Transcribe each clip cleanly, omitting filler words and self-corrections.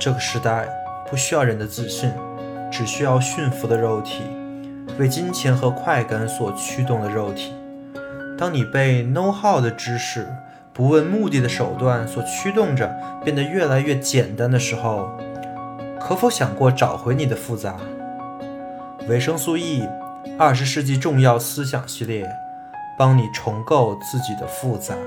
这个时代不需要人的自信，只需要驯服的肉体，为金钱和快感所驱动的肉体。当你被 know how 的知识、不问目的的手段所驱动着，变得越来越简单的时候，可否想过找回你的复杂？维生素 E 20世纪重要思想系列，帮你重构自己的复杂。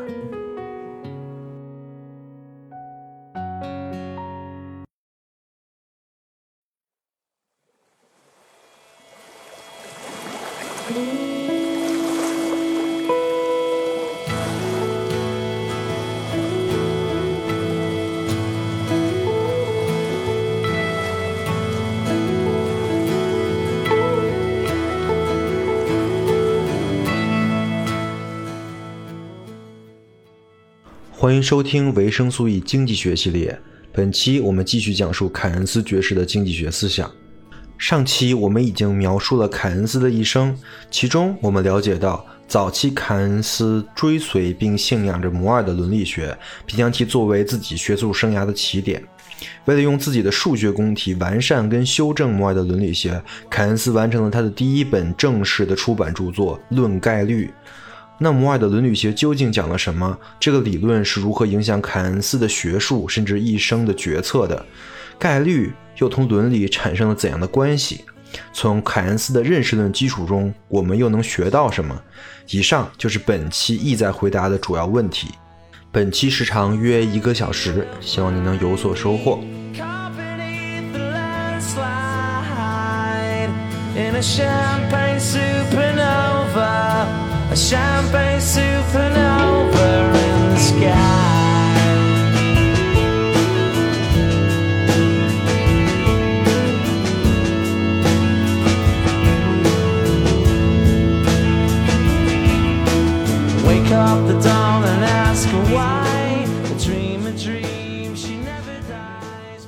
欢迎收听维生素 E 经济学系列，本期我们继续讲述凯恩斯爵士的经济学思想。上期我们已经描述了凯恩斯的一生，其中我们了解到早期凯恩斯追随并信仰着摩尔的伦理学，并将其作为自己学术生涯的起点。为了用自己的数学公体完善跟修正摩尔的伦理学，凯恩斯完成了他的第一本正式的出版著作《论概率》。那摩尔的伦理学究竟讲了什么？这个理论是如何影响凯恩斯的学术甚至一生的决策的？概率又同伦理产生了怎样的关系？从凯恩斯的认识论基础中，我们又能学到什么？以上就是本期意在回答的主要问题。本期时长约1个小时，希望你能有所收获。 A champagne supernova in the sky. Wake up the dawn and ask her why. A dream, she never dies.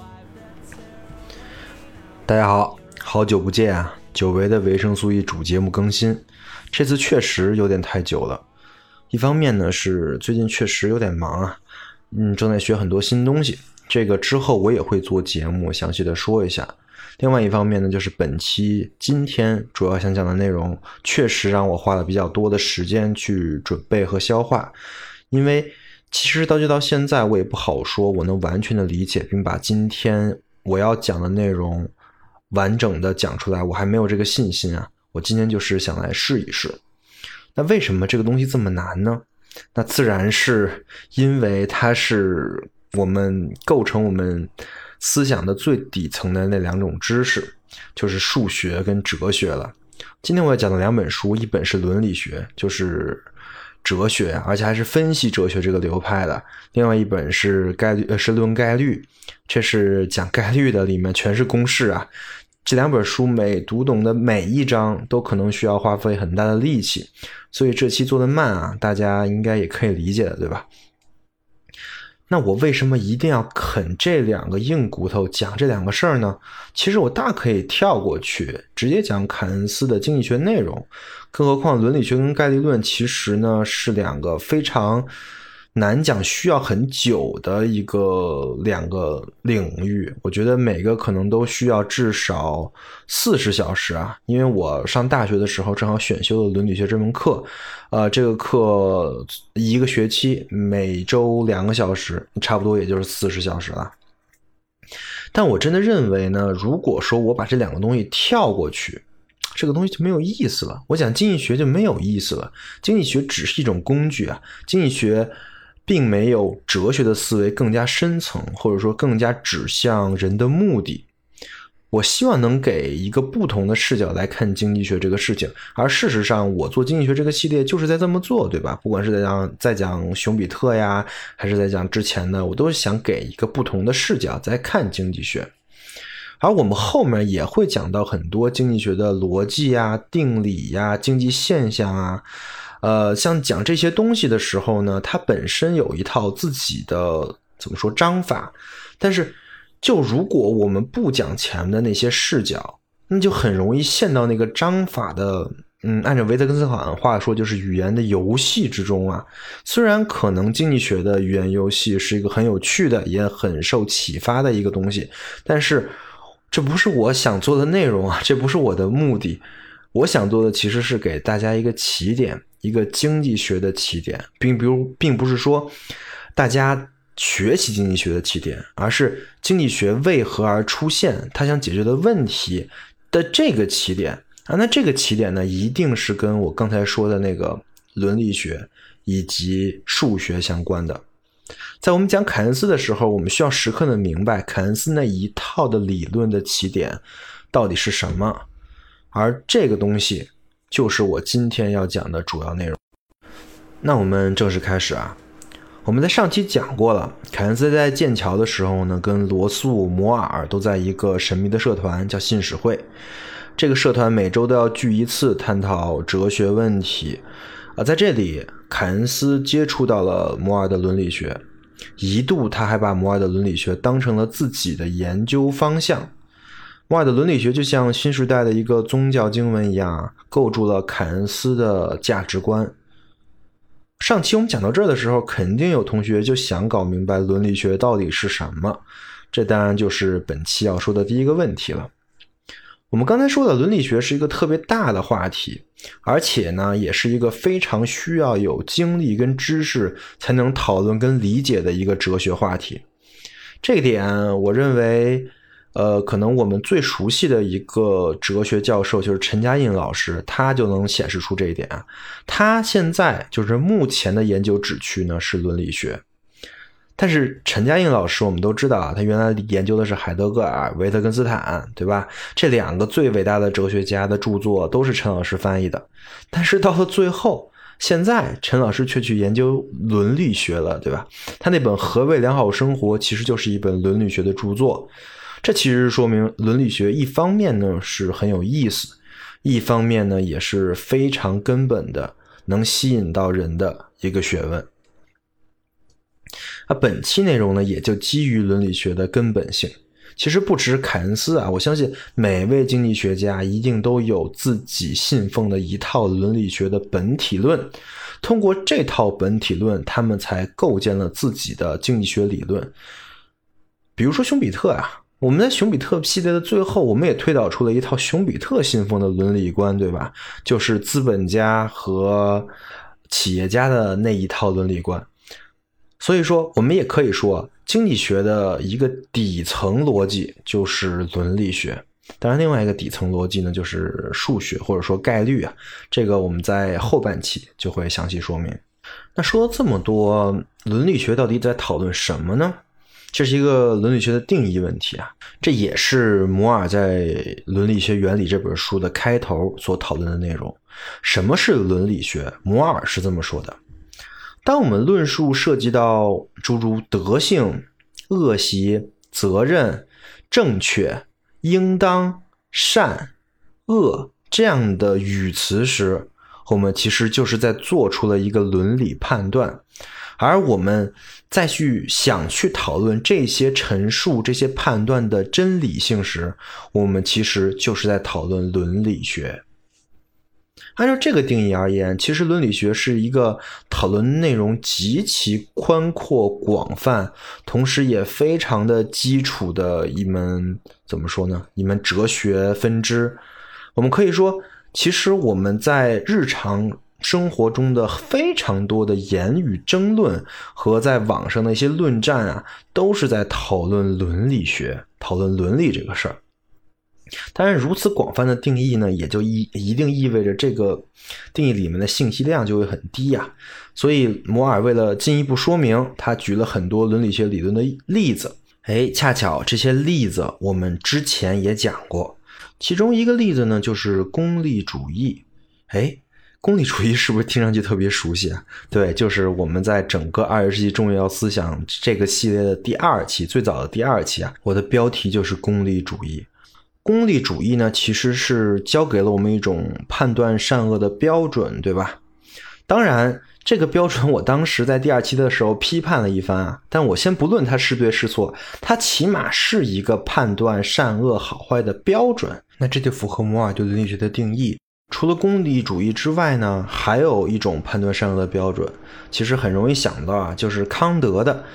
大家好，好久不见啊！久违的维生素 E 主节目更新。这次确实有点太久了，一方面呢是最近确实有点忙啊，正在学很多新东西，这个之后我也会做节目详细的说一下。另外一方面呢，就是今天主要想讲的内容确实让我花了比较多的时间去准备和消化，因为其实到现在我也不好说我能完全的理解并把今天我要讲的内容完整的讲出来，我还没有这个信心啊。我今天就是想来试一试。那为什么这个东西这么难呢？那自然是因为它是构成我们思想的最底层的那两种知识，就是数学跟哲学了。今天我要讲的两本书，一本是伦理学，就是哲学，而且还是分析哲学这个流派的；另外一本是论概率，这是讲概率的，里面全是公式啊。这两本书读懂的每一章都可能需要花费很大的力气，所以这期做的慢啊，大家应该也可以理解的，对吧？那我为什么一定要啃这两个硬骨头讲这两个事儿呢？其实我大可以跳过去，直接讲凯恩斯的经济学内容，更何况伦理学跟概率论其实呢是两个非常难讲需要很久的两个领域，我觉得每个可能都需要至少40小时啊，因为我上大学的时候正好选修了伦理学这门课，这个课1个学期每周2个小时，差不多也就是40小时了。但我真的认为呢，如果说我把这两个东西跳过去，这个东西就没有意思了，我讲经济学就没有意思了。经济学只是一种工具啊，经济学并没有哲学的思维更加深层，或者说更加指向人的目的。我希望能给一个不同的视角来看经济学这个事情，而事实上我做经济学这个系列就是在这么做，对吧？不管是在讲熊彼特呀，还是在讲之前的，我都是想给一个不同的视角在看经济学。而我们后面也会讲到很多经济学的逻辑啊、定理呀、经济现象啊，像讲这些东西的时候呢，它本身有一套自己的章法，但是就如果我们不讲前面的那些视角，那就很容易陷到那个章法的按照维特根斯坦话说，就是语言的游戏之中啊。虽然可能经济学的语言游戏是一个很有趣的，也很受启发的一个东西，但是这不是我想做的内容啊，这不是我的目的。我想做的其实是给大家一个起点，一个经济学的起点，并不是说大家学习经济学的起点，而是经济学为何而出现，它想解决的问题的这个起点啊。那这个起点呢，一定是跟我刚才说的那个伦理学以及数学相关的。在我们讲凯恩斯的时候，我们需要时刻的明白凯恩斯那一套的理论的起点到底是什么，而这个东西就是我今天要讲的主要内容。那我们正式开始啊。我们在上期讲过了，凯恩斯在剑桥的时候呢，跟罗素、摩尔都在一个神秘的社团叫信使会。这个社团每周都要聚一次，探讨哲学问题。在这里，凯恩斯接触到了摩尔的伦理学，一度他还把摩尔的伦理学当成了自己的研究方向。摩尔的伦理学就像新时代的一个宗教经文一样，构筑了凯恩斯的价值观。上期我们讲到这儿的时候，肯定有同学就想搞明白伦理学到底是什么，这当然就是本期要说的第一个问题了。我们刚才说的伦理学是一个特别大的话题，而且呢，也是一个非常需要有经历跟知识才能讨论跟理解的一个哲学话题。这点我认为可能我们最熟悉的一个哲学教授就是陈嘉映老师，他就能显示出这一点啊。他现在就是目前的研究旨趣呢是伦理学，但是陈嘉映老师我们都知道啊，他原来研究的是海德格尔、维特根斯坦，对吧？这两个最伟大的哲学家的著作都是陈老师翻译的，但是到了最后，现在陈老师却去研究伦理学了，对吧？他那本《何谓良好生活》其实就是一本伦理学的著作。这其实说明伦理学一方面呢是很有意思，一方面呢也是非常根本的，能吸引到人的一个学问。本期内容呢也就基于伦理学的根本性。其实不止凯恩斯啊，我相信每位经济学家一定都有自己信奉的一套伦理学的本体论，通过这套本体论，他们才构建了自己的经济学理论。比如说熊彼特啊，我们在熊彼特系列的最后，我们也推导出了一套熊彼特信奉的伦理观，对吧？就是资本家和企业家的那一套伦理观。所以说，我们也可以说，经济学的一个底层逻辑就是伦理学。当然，另外一个底层逻辑呢，就是数学或者说概率啊。这个我们在后半期就会详细说明。那说了这么多，伦理学到底在讨论什么呢？这是一个伦理学的定义问题啊，这也是摩尔在《伦理学原理》这本书的开头所讨论的内容。什么是伦理学？摩尔是这么说的：当我们论述涉及到诸如德性、恶习、责任、正确、应当、善、恶这样的语词时，我们其实就是在做出了一个伦理判断。而我们再想去讨论这些陈述、这些判断的真理性时，我们其实就是在讨论伦理学。按照这个定义而言，其实伦理学是一个讨论内容极其宽阔广泛，同时也非常的基础的一门，怎么说呢？一门哲学分支。我们可以说，其实我们在日常生活中的非常多的言语争论和在网上的一些论战啊，都是在讨论伦理学，讨论伦理这个事儿。当然，如此广泛的定义呢，也就一定意味着这个定义里面的信息量就会很低啊。所以摩尔为了进一步说明，他举了很多伦理学理论的例子。恰巧这些例子我们之前也讲过，其中一个例子呢就是功利主义。功利主义是不是听上去特别熟悉啊？对，就是我们在整个20世纪重要思想这个系列的第2期，最早的第2期啊，我的标题就是功利主义。功利主义呢，其实是教给了我们一种判断善恶的标准，对吧？当然，这个标准我当时在第2期的时候批判了一番啊，但我先不论它是对是错，它起码是一个判断善恶好坏的标准。那这就符合摩尔对伦理学的定义。 除了功利主义之外呢，还有一种判断善恶的标准，其实很容易想到啊，就是康德的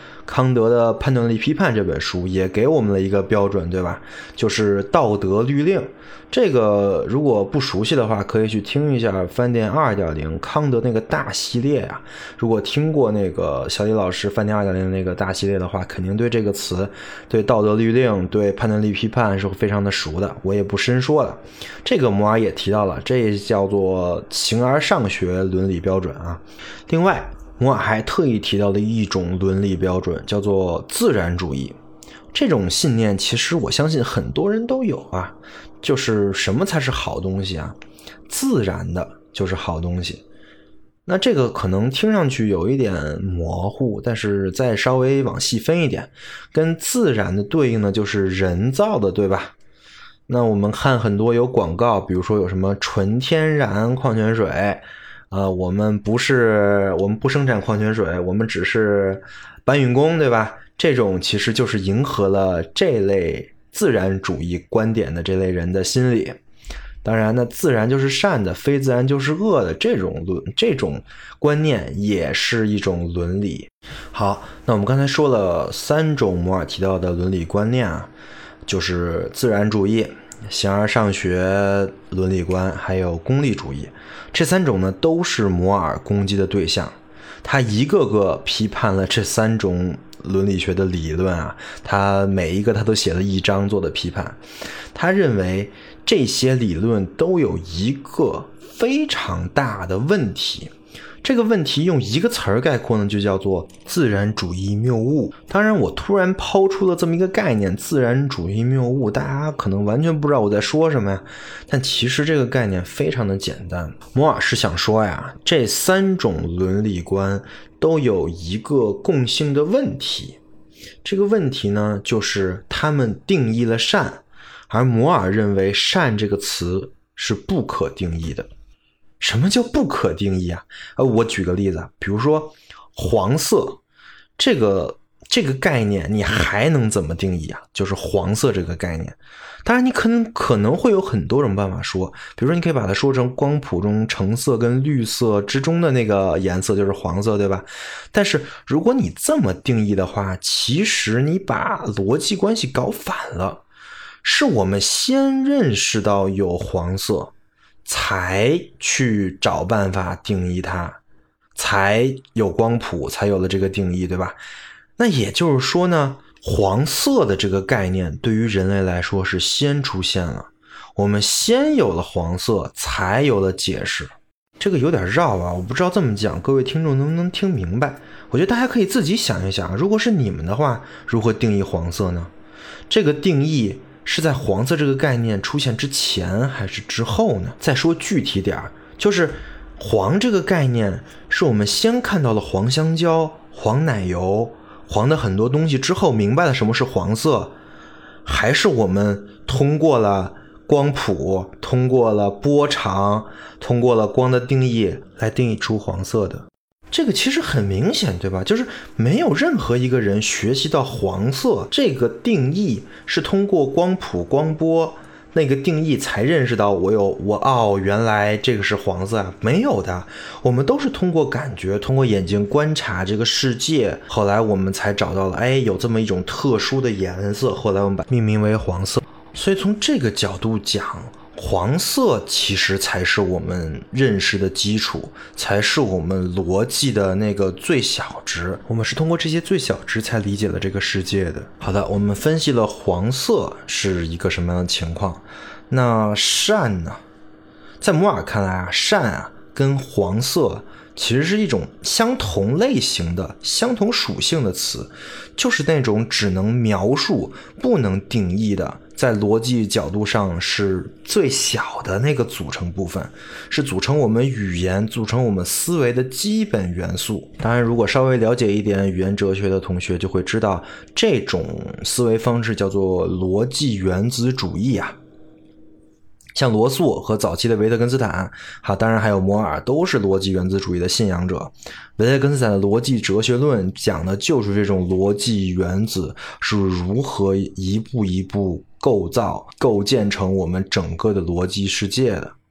《判断力批判》这本书也给我们了一个标准，对吧？就是道德律令。这个如果不熟悉的话，可以去听一下饭店 2.0 康德那个大系列啊。如果听过那个小李老师饭店 2.0 那个大系列的话，肯定对这个词，对道德律令，对判断力批判是非常的熟的，我也不深说了。这个摩尔也提到了，这也叫做形而上学伦理标准啊。另外摩尔还特意提到的一种伦理标准叫做自然主义。这种信念其实我相信很多人都有啊，就是什么才是好东西啊？自然的就是好东西。那这个可能听上去有一点模糊，但是再稍微往细分一点，跟自然的对应的就是人造的，对吧？那我们看很多有广告，比如说有什么纯天然矿泉水，我们不生产矿泉水，我们只是搬运工，对吧？这种其实就是迎合了这类自然主义观点的这类人的心理。当然呢，自然就是善的，非自然就是恶的，这种观念也是一种伦理。好，那我们刚才说了3种摩尔提到的伦理观念啊，就是自然主义、形而上学伦理观，还有功利主义。这3种呢都是摩尔攻击的对象，他一个个批判了这3种伦理学的理论啊，他每一个他都写了一章做的批判。他认为这些理论都有一个非常大的问题，这个问题用一个词儿概括呢，就叫做自然主义谬误。当然我突然抛出了这么一个概念，自然主义谬误，大家可能完全不知道我在说什么呀，但其实这个概念非常的简单。摩尔是想说呀，这3种伦理观都有一个共性的问题，这个问题呢，就是他们定义了善，而摩尔认为善这个词是不可定义的。什么叫不可定义啊？我举个例子，比如说黄色这个概念，你还能怎么定义啊？就是黄色这个概念，当然你可能会有很多种办法说，比如说你可以把它说成光谱中橙色跟绿色之中的那个颜色就是黄色，对吧？但是如果你这么定义的话，其实你把逻辑关系搞反了，是我们先认识到有黄色，才去找办法定义它，才有光谱，才有了这个定义，对吧？那也就是说呢，黄色的这个概念对于人类来说是先出现了，我们先有了黄色，才有了解释。这个有点绕啊，我不知道这么讲各位听众能不能听明白。我觉得大家可以自己想一想，如果是你们的话，如何定义黄色呢？这个定义是在黄色这个概念出现之前还是之后呢？再说具体点，就是黄这个概念是我们先看到了黄香蕉、黄奶油、黄的很多东西之后明白了什么是黄色，还是我们通过了光谱，通过了波长，通过了光的定义来定义出黄色的？这个其实很明显，对吧？就是没有任何一个人学习到黄色这个定义是通过光谱光波那个定义才认识到原来这个是黄色啊，没有的。我们都是通过感觉，通过眼睛观察这个世界，后来我们才找到了有这么一种特殊的颜色，后来我们把命名为黄色。所以从这个角度讲，黄色其实才是我们认识的基础，才是我们逻辑的那个最小值，我们是通过这些最小值才理解了这个世界的。好的，我们分析了黄色是一个什么样的情况，那善呢？在摩尔看来啊，善啊跟黄色其实是一种相同类型的、相同属性的词，就是那种只能描述不能定义的，在逻辑角度上是最小的那个组成部分，是组成我们语言、组成我们思维的基本元素。当然如果稍微了解一点语言哲学的同学就会知道，这种思维方式叫做逻辑原子主义啊。像罗素和早期的维特根斯坦，当然还有摩尔，都是逻辑原子主义的信仰者。维特根斯坦的逻辑哲学论讲的就是这种逻辑原子是如何一步一步构建成我们整个的逻辑世界的。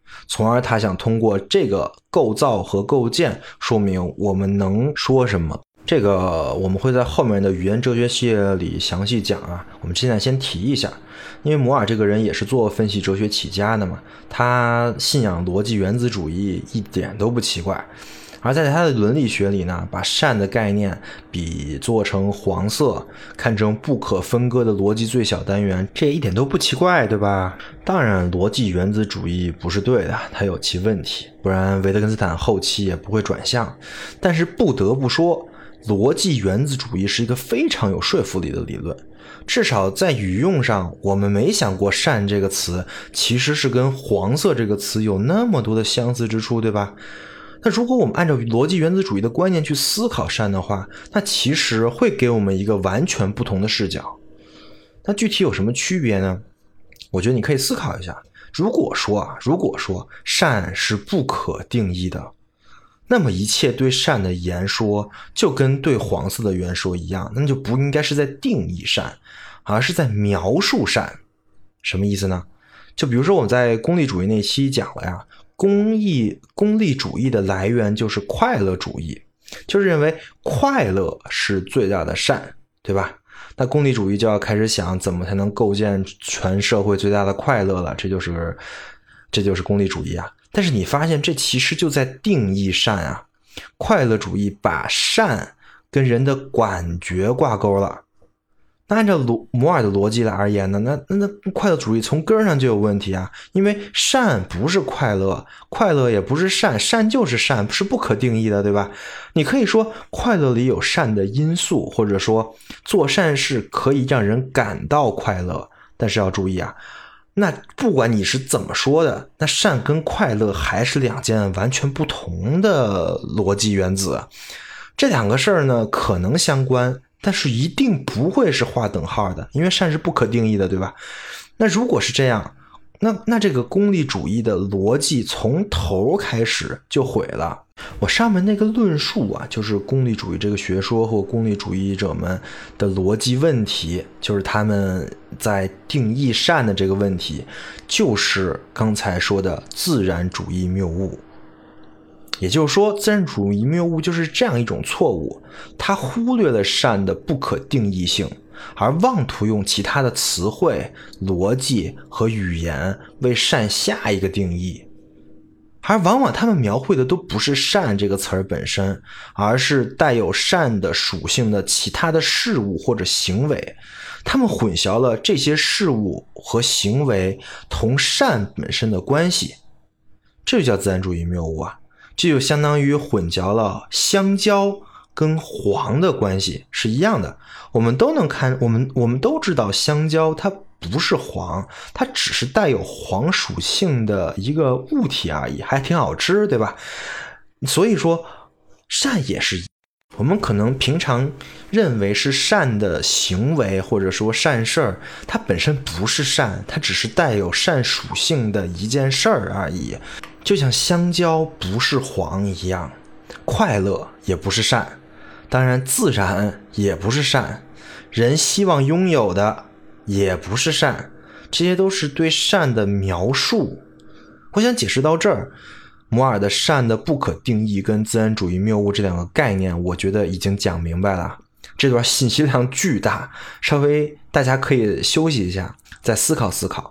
从而他想通过这个构造和构建说明我们能说什么。这个我们会在后面的语言哲学系列里详细讲啊，我们现在先提一下。因为摩尔这个人也是做分析哲学起家的嘛，他信仰逻辑原子主义一点都不奇怪。而在他的伦理学里呢，把善的概念比作成黄色，看成不可分割的逻辑最小单元，这一点都不奇怪，对吧？当然逻辑原子主义不是对的，它有其问题，不然维特根斯坦后期也不会转向。但是不得不说，逻辑原子主义是一个非常有说服力的理论，至少在语用上，我们没想过善这个词其实是跟黄色这个词有那么多的相似之处，对吧？那如果我们按照逻辑原子主义的观念去思考善的话，那其实会给我们一个完全不同的视角。那具体有什么区别呢？我觉得你可以思考一下。如果说善是不可定义的，那么一切对善的言说就跟对黄色的言说一样，那就不应该是在定义善，而是在描述善。什么意思呢？就比如说我们在功利主义那期讲了呀，功利主义的来源就是快乐主义，就是认为快乐是最大的善，对吧？那功利主义就要开始想怎么才能构建全社会最大的快乐了，这就是功利主义啊。但是你发现这其实就在定义善啊，快乐主义把善跟人的感觉挂钩了。那按照摩尔的逻辑来而言呢，那快乐主义从根上就有问题啊，因为善不是快乐，快乐也不是善，善就是善，是不可定义的，对吧？你可以说快乐里有善的因素，或者说做善事可以让人感到快乐，但是要注意啊，那不管你是怎么说的，那善跟快乐还是两件完全不同的逻辑原子。这两个事儿呢可能相关，但是一定不会是划等号的，因为善是不可定义的，对吧？那如果是这样，那这个功利主义的逻辑从头开始就毁了。我上面那个论述啊，就是功利主义这个学说或功利主义者们的逻辑问题，就是他们在定义善的这个问题，就是刚才说的自然主义谬误。也就是说，自然主义谬误就是这样一种错误，它忽略了善的不可定义性，而妄图用其他的词汇、逻辑和语言为善下一个定义。而往往他们描绘的都不是善这个词儿本身，而是带有善的属性的其他的事物或者行为，他们混淆了这些事物和行为同善本身的关系，这就叫自然主义谬误啊！这就相当于混淆了香蕉跟黄的关系是一样的。我们都能看，我们都知道香蕉它不是黄，它只是带有黄属性的一个物体而已，还挺好吃，对吧？所以说善也是，我们可能平常认为是善的行为或者说善事儿，它本身不是善，它只是带有善属性的一件事儿而已。就像香蕉不是黄一样，快乐也不是善，当然自然也不是善，人希望拥有的也不是善，这些都是对善的描述。我想解释到这儿，摩尔的善的不可定义跟自然主义谬误这两个概念，我觉得已经讲明白了。这段信息量巨大，稍微大家可以休息一下，再思考思考。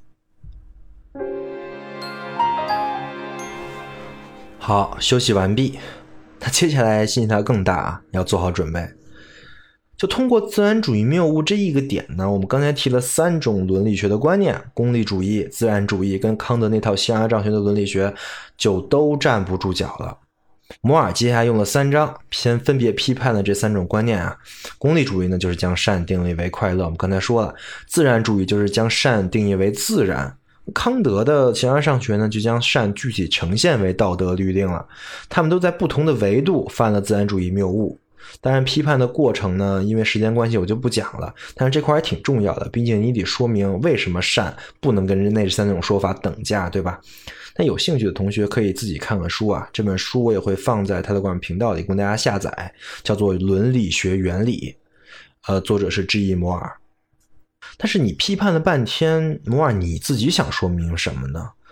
好，休息完毕。那接下来信息量更大啊，要做好准备。就通过自然主义谬误这一个点呢，我们刚才提了3种伦理学的观念，功利主义、自然主义跟康德那套象牙杖学的伦理学就都站不住脚了。摩尔接下来用了3章，分别批判了这3种观念啊。功利主义呢，就是将善定义为快乐，我们刚才说了；自然主义就是将善定义为自然。康德的形而上学呢，就将善具体呈现为道德律令了。他们都在不同的维度犯了自然主义谬误。当然批判的过程呢，因为时间关系我就不讲了，但是这块还挺重要的，毕竟你得说明为什么善不能跟那3种说法等价，对吧？那有兴趣的同学可以自己看看书啊，这本书我也会放在泰德馆频道里供大家下载，叫做《伦理学原理》，作者是 G.E. 摩尔。但是你批判了半天，摩尔你自己想说明什么呢？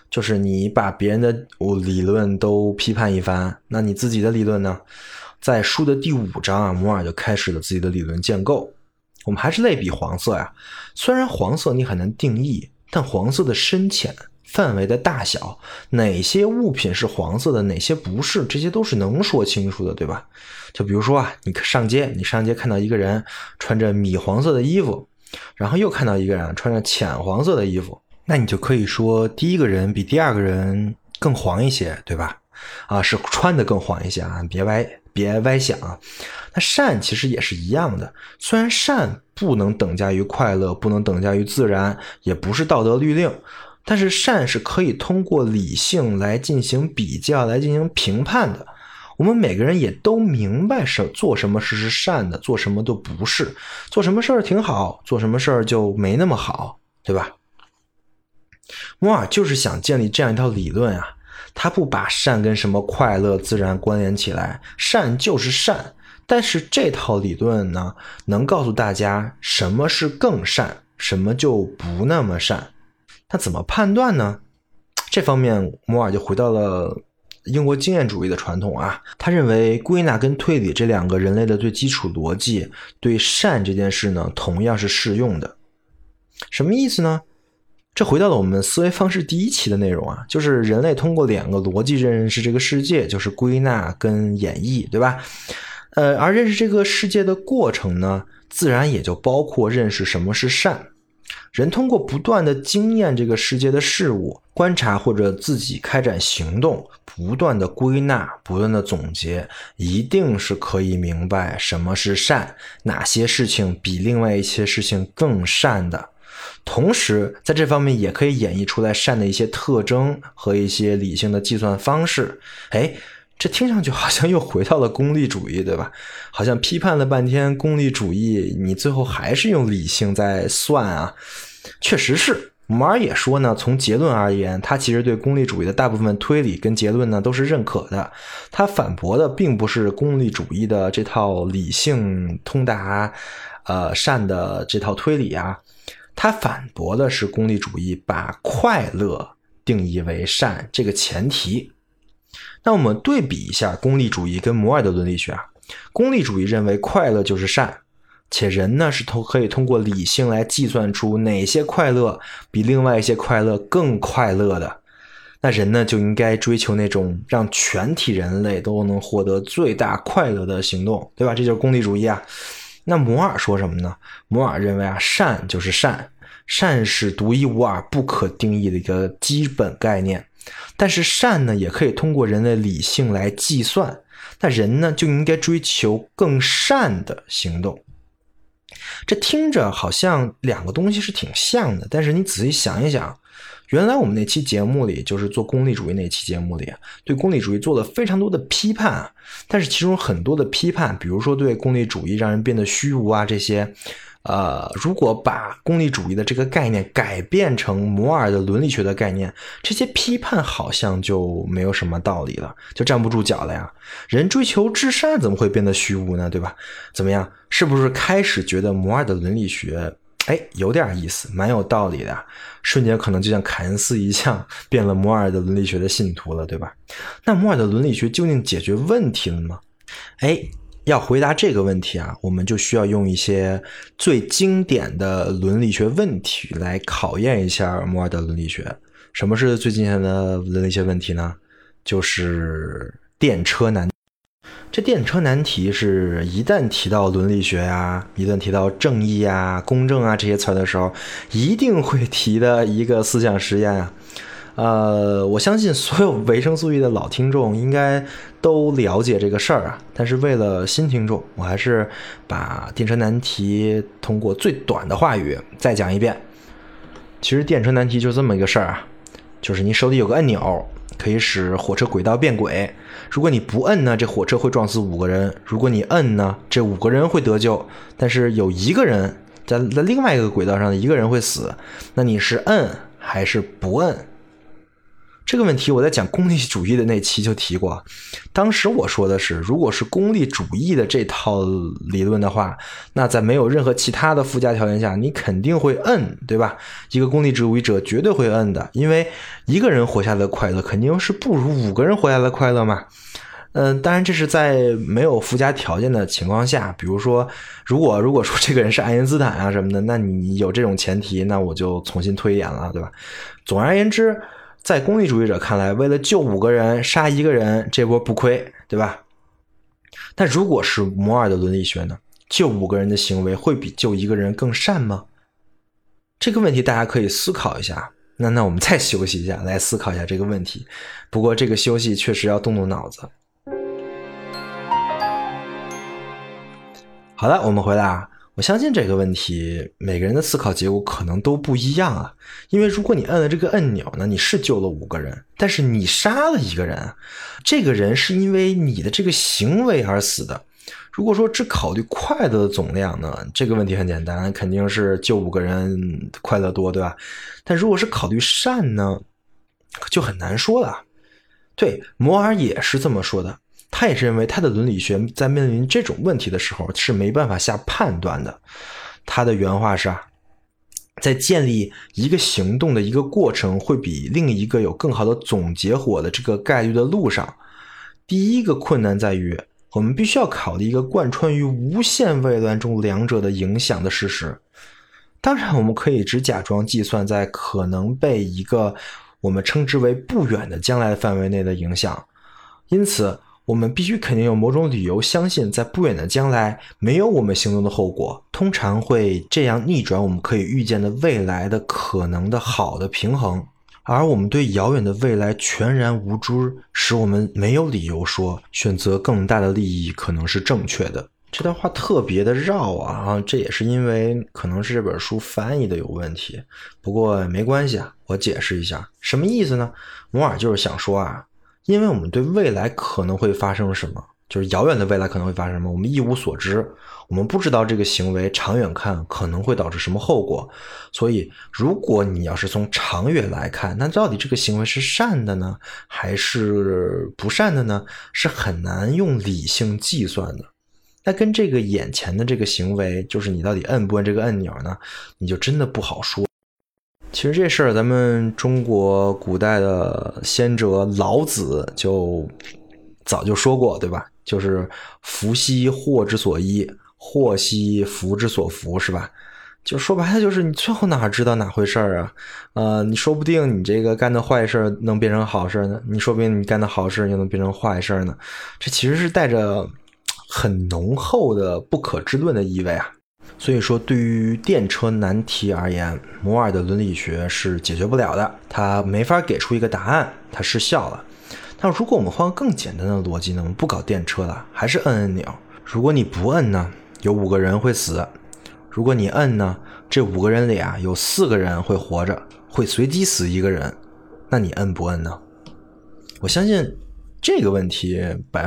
就是你把别人的理论都批判一番，那你自己的理论呢？在书的第5章啊，摩尔就开始了自己的理论建构。我们还是类比黄色呀，虽然黄色你很难定义，但黄色的深浅、范围的大小，哪些物品是黄色的，哪些不是，这些都是能说清楚的，对吧？就比如说啊，你上街看到一个人穿着米黄色的衣服，然后又看到一个人穿着浅黄色的衣服，那你就可以说第一个人比第二个人更黄一些，对吧？是穿的更黄一些啊，别歪想啊。那善其实也是一样的，虽然善不能等价于快乐，不能等价于自然，也不是道德律令，但是善是可以通过理性来进行比较，来进行评判的。我们每个人也都明白做什么事是善的，做什么都不是，做什么事儿挺好，做什么事儿就没那么好，对吧？摩尔就是想建立这样一套理论啊，他不把善跟什么快乐自然关联起来，善就是善，但是这套理论呢，能告诉大家什么是更善，什么就不那么善。那怎么判断呢？这方面摩尔就回到了英国经验主义的传统啊，他认为归纳跟推理这2个人类的最基础逻辑对善这件事呢同样是适用的。什么意思呢？这回到了我们思维方式第1期的内容啊，就是人类通过2个逻辑认识这个世界，就是归纳跟演绎，对吧？而认识这个世界的过程呢，自然也就包括认识什么是善。人通过不断的经验这个世界的事物，观察或者自己开展行动，不断的归纳，不断的总结，一定是可以明白什么是善，哪些事情比另外一些事情更善的。同时在这方面也可以演绎出来善的一些特征和一些理性的计算方式。这听上去好像又回到了功利主义，对吧？好像批判了半天功利主义，你最后还是用理性在算啊。确实是，摩尔也说呢，从结论而言，他其实对功利主义的大部分推理跟结论呢都是认可的。他反驳的并不是功利主义的这套理性通达善的这套推理啊，他反驳的是功利主义把快乐定义为善这个前提。那我们对比一下功利主义跟摩尔的伦理学啊，功利主义认为快乐就是善，且人呢是可以通过理性来计算出哪些快乐比另外一些快乐更快乐的。那人呢就应该追求那种让全体人类都能获得最大快乐的行动，对吧？这就是功利主义啊。那摩尔说什么呢？摩尔认为啊，善就是善，善是独一无二不可定义的一个基本概念，但是善呢也可以通过人类理性来计算，那人呢就应该追求更善的行动。这听着好像2个东西是挺像的，但是你仔细想一想，原来我们那期节目里，就是做功利主义那期节目里，对功利主义做了非常多的批判，但是其中很多的批判，比如说对功利主义让人变得虚无啊这些，如果把功利主义的这个概念改变成摩尔的伦理学的概念，这些批判好像就没有什么道理了，就站不住脚了呀。人追求至善怎么会变得虚无呢，对吧？怎么样，是不是开始觉得摩尔的伦理学有点意思，蛮有道理的，瞬间可能就像凯恩斯一样变了摩尔的伦理学的信徒了，对吧？那摩尔的伦理学究竟解决问题了吗？要回答这个问题啊，我们就需要用一些最经典的伦理学问题来考验一下摩尔的伦理学。什么是最经典的伦理学问题呢？就是电车难题。这电车难题是一旦提到伦理学啊，一旦提到正义啊、公正啊这些词的时候，一定会提的一个思想实验啊。我相信所有维生素 E 的老听众应该都了解这个事儿啊，但是为了新听众，我还是把电车难题通过最短的话语再讲一遍。其实电车难题就这么一个事儿啊，就是你手里有个按钮，可以使火车轨道变轨，如果你不摁呢，这火车会撞死5个人，如果你摁呢，这5个人会得救，但是有1个人在另外一个轨道上的1个人会死，那你是摁还是不摁？ 这个问题我在讲功利主义的那期就提过，当时我说的是，如果是功利主义的这套理论的话，那在没有任何其他的附加条件下，你肯定会摁，对吧？一个功利主义者绝对会摁的，因为一个人活下来的快乐肯定是不如5个人活下来的快乐嘛。当然这是在没有附加条件的情况下，比如说如果说这个人是爱因斯坦啊什么的，那你有这种前提，那我就重新推演了，对吧？总而言之，在功利主义者看来，为了救5个人杀1个人，这波不亏，对吧？但如果是摩尔的伦理学呢？救5个人的行为会比救1个人更善吗？这个问题大家可以思考一下。那我们再休息一下，来思考一下这个问题。不过这个休息确实要动动脑子。好了，我们回来啊。我相信这个问题每个人的思考结果可能都不一样啊，因为如果你摁了这个按钮呢，你是救了5个人，但是你杀了1个人，这个人是因为你的这个行为而死的。如果说只考虑快乐的总量呢，这个问题很简单，肯定是救5个人快乐多，对吧？但如果是考虑善呢，就很难说了。对，摩尔也是这么说的，他也是认为他的伦理学在面临这种问题的时候是没办法下判断的。他的原话是在建立一个行动的一个过程会比另一个有更好的总结果的这个概率的路上，第一个困难在于我们必须要考虑一个贯穿于无限未来中两者的影响的事实。当然我们可以只假装计算在可能被一个我们称之为不远的将来范围内的影响，因此我们必须肯定有某种理由相信在不远的将来没有我们行动的后果，通常会这样逆转我们可以预见的未来的可能的好的平衡。而我们对遥远的未来全然无知，使我们没有理由说选择更大的利益可能是正确的。这段话特别的绕啊，这也是因为可能是这本书翻译的有问题，不过没关系啊，我解释一下什么意思呢？摩尔就是想说因为我们对未来可能会发生什么，就是遥远的未来可能会发生什么，我们一无所知，我们不知道这个行为长远看可能会导致什么后果，所以如果你要是从长远来看，那到底这个行为是善的呢还是不善的呢，是很难用理性计算的。那跟这个眼前的这个行为，就是你到底摁不摁这个按钮呢，你就真的不好说。其实这事儿咱们中国古代的先哲老子就早就说过，对吧？就是福兮祸之所依，祸兮福之所伏，是吧？就说白了就是你最后哪知道哪回事啊？你说不定你这个干的坏事能变成好事呢，你说不定你干的好事又能变成坏事呢。这其实是带着很浓厚的不可知论的意味啊。所以说对于电车难题而言，摩尔的伦理学是解决不了的，他没法给出一个答案，他失效了。但如果我们换个更简单的逻辑呢，我们不搞电车了，还是摁按钮。如果你不摁呢，有5个人会死；如果你摁呢，这5个人里有4个人会活着，会随机死1个人，那你摁不摁呢？我相信这个问题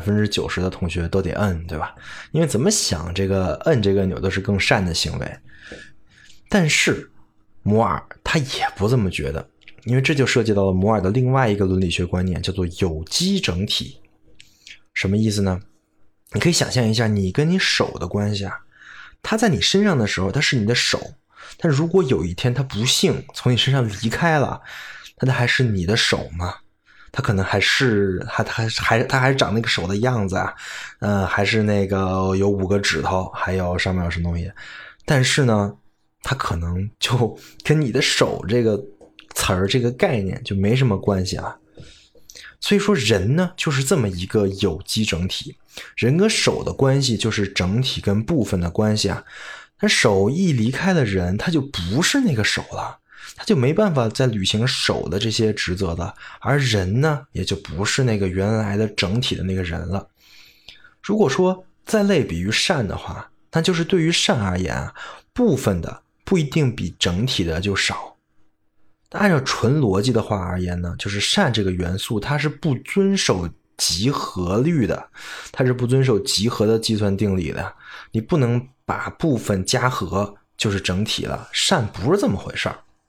90%的同学都得摁，对吧？因为怎么想这个摁这个钮都是更善的行为。但是摩尔他也不这么觉得，因为这就涉及到了摩尔的另外一个伦理学观念，叫做有机整体。什么意思呢？你可以想象一下你跟你手的关系它在你身上的时候它是你的手，但如果有一天它不幸从你身上离开了，那它还是你的手吗？他可能还是他还长那个手的样子还是那个有5个指头，还有上面有什么东西，但是呢他可能就跟你的手这个词儿这个概念就没什么关系了。所以说人呢就是这么一个有机整体，人跟手的关系就是整体跟部分的关系但手一离开了人，他就不是那个手了，他就没办法再履行手的这些职责了，而人呢也就不是那个原来的整体的那个人了。如果说再类比于善的话，那就是对于善而言部分的不一定比整体的就少。按照纯逻辑的话而言呢，就是善这个元素它是不遵守集合律的，它是不遵守集合的计算定理的，你不能把部分加和就是整体了，善不是这么回事儿。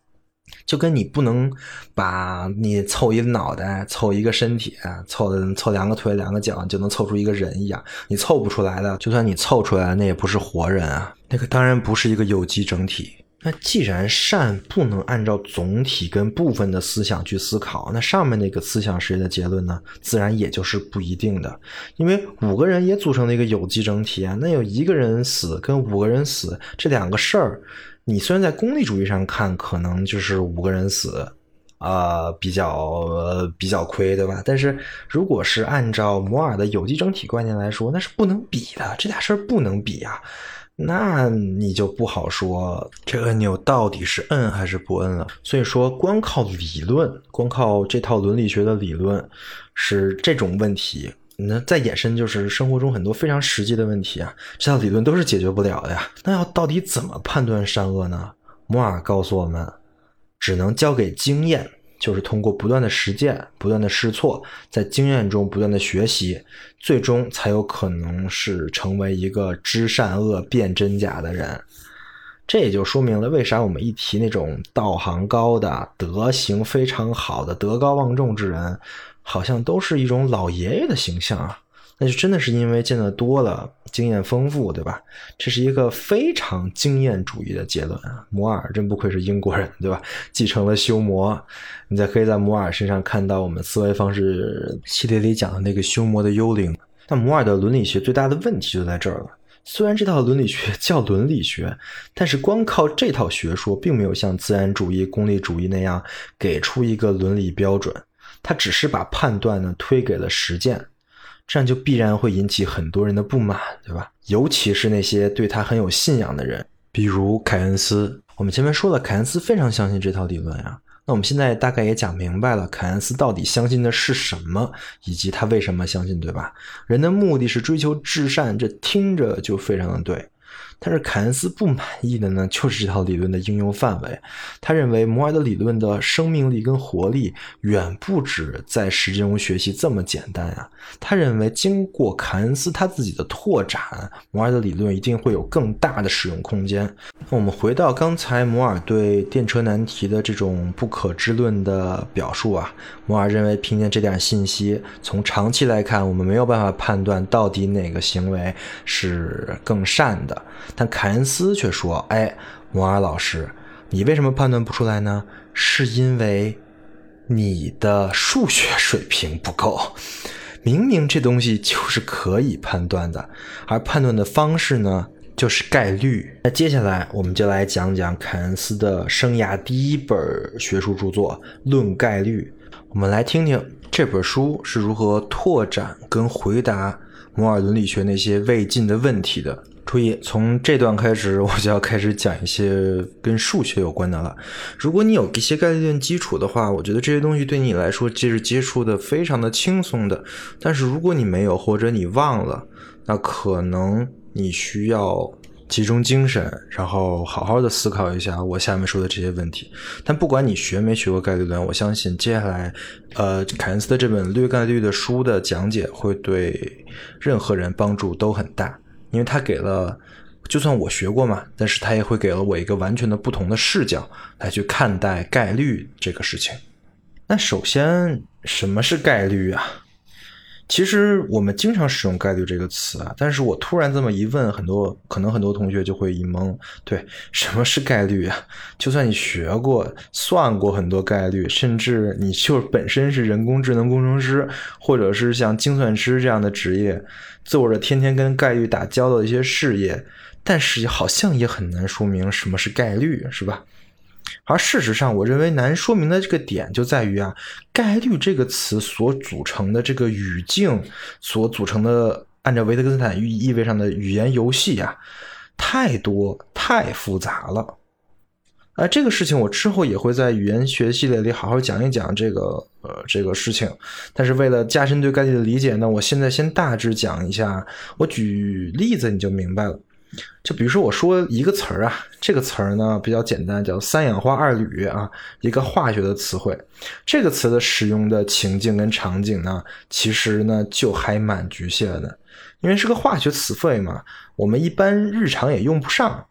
就跟你不能把你凑一个脑袋凑一个身体凑2个腿2个脚就能凑出一个人一样，你凑不出来的，就算你凑出来那也不是活人啊，那个当然不是一个有机整体。那既然善不能按照总体跟部分的思想去思考，那上面那个思想实验的结论呢，自然也就是不一定的。因为5个人也组成了一个有机整体啊，那有1个人死跟5个人死这2个事儿，你虽然在功利主义上看可能就是5个人死比较亏，对吧？但是如果是按照摩尔的有机整体观念来说，那是不能比的，这俩事儿不能比啊。那你就不好说这个按钮到底是摁还是不摁了。所以说光靠理论，光靠这套伦理学的理论是这种问题，那再延伸就是生活中很多非常实际的问题啊，这套理论都是解决不了的呀。那要到底怎么判断善恶呢？摩尔告诉我们，只能交给经验，就是通过不断的实践，不断的试错，在经验中不断的学习，最终才有可能是成为一个知善恶辨真假的人。这也就说明了为啥我们一提那种道行高的德行非常好的德高望重之人，好像都是一种老爷爷的形象啊。那就真的是因为见得多了，经验丰富，对吧？这是一个非常经验主义的结论啊。摩尔真不愧是英国人，对吧？继承了修魔，你可以在摩尔身上看到我们思维方式系列里讲的那个修魔的幽灵。但摩尔的伦理学最大的问题就在这儿了。虽然这套伦理学叫伦理学，但是光靠这套学说并没有像自然主义、功利主义那样给出一个伦理标准，它只是把判断呢推给了实践。这样就必然会引起很多人的不满，对吧？尤其是那些对他很有信仰的人，比如凯恩斯。我们前面说了，凯恩斯非常相信这套理论呀。那我们现在大概也讲明白了，凯恩斯到底相信的是什么，以及他为什么相信，对吧？人的目的是追求至善，这听着就非常的对。但是凯恩斯不满意的呢，就是这套理论的应用范围。他认为摩尔的理论的生命力跟活力远不止在实践中学习这么简单啊。他认为经过凯恩斯他自己的拓展，摩尔的理论一定会有更大的使用空间。那我们回到刚才摩尔对电车难题的这种不可知论的表述啊，摩尔认为凭借这点信息，从长期来看，我们没有办法判断到底哪个行为是更善的。但凯恩斯却说，摩尔老师，你为什么判断不出来呢？是因为你的数学水平不够。明明这东西就是可以判断的，而判断的方式呢，就是概率。那接下来我们就来讲讲凯恩斯的生涯第一本学术著作《论概率》。我们来听听这本书是如何拓展跟回答摩尔伦理学那些未尽的问题的。注意，从这段开始我就要开始讲一些跟数学有关的了。如果你有一些概率论基础的话，我觉得这些东西对你来说是接触的非常的轻松的。但是如果你没有，或者你忘了，那可能你需要集中精神，然后好好的思考一下我下面说的这些问题。但不管你学没学过概率论，我相信接下来凯恩斯的这本略概率的书的讲解会对任何人帮助都很大。因为他给了，就算我学过嘛，但是他也会给了我一个完全的不同的视角来去看待概率这个事情。那首先，什么是概率啊？其实我们经常使用概率这个词啊，但是我突然这么一问，可能很多同学就会一懵。对，什么是概率啊？就算你学过、算过很多概率，甚至你就本身是人工智能工程师，或者是像精算师这样的职业，做着天天跟概率打交道的一些事业，但是好像也很难说明什么是概率，是吧？而事实上，我认为难说明的这个点就在于啊，概率这个词所组成的这个语境，所组成的按照维特根斯坦意味上的语言游戏啊，太多太复杂了。这个事情我之后也会在语言学系列里好好讲一讲这个事情。但是为了加深对概率的理解呢，我现在先大致讲一下，我举例子你就明白了。就比如说我说一个词儿啊，这个词儿呢比较简单，叫三氧化二铝啊，一个化学的词汇。这个词的使用的情境跟场景呢，其实呢就还蛮局限的，因为是个化学词汇嘛，我们一般日常也用不上。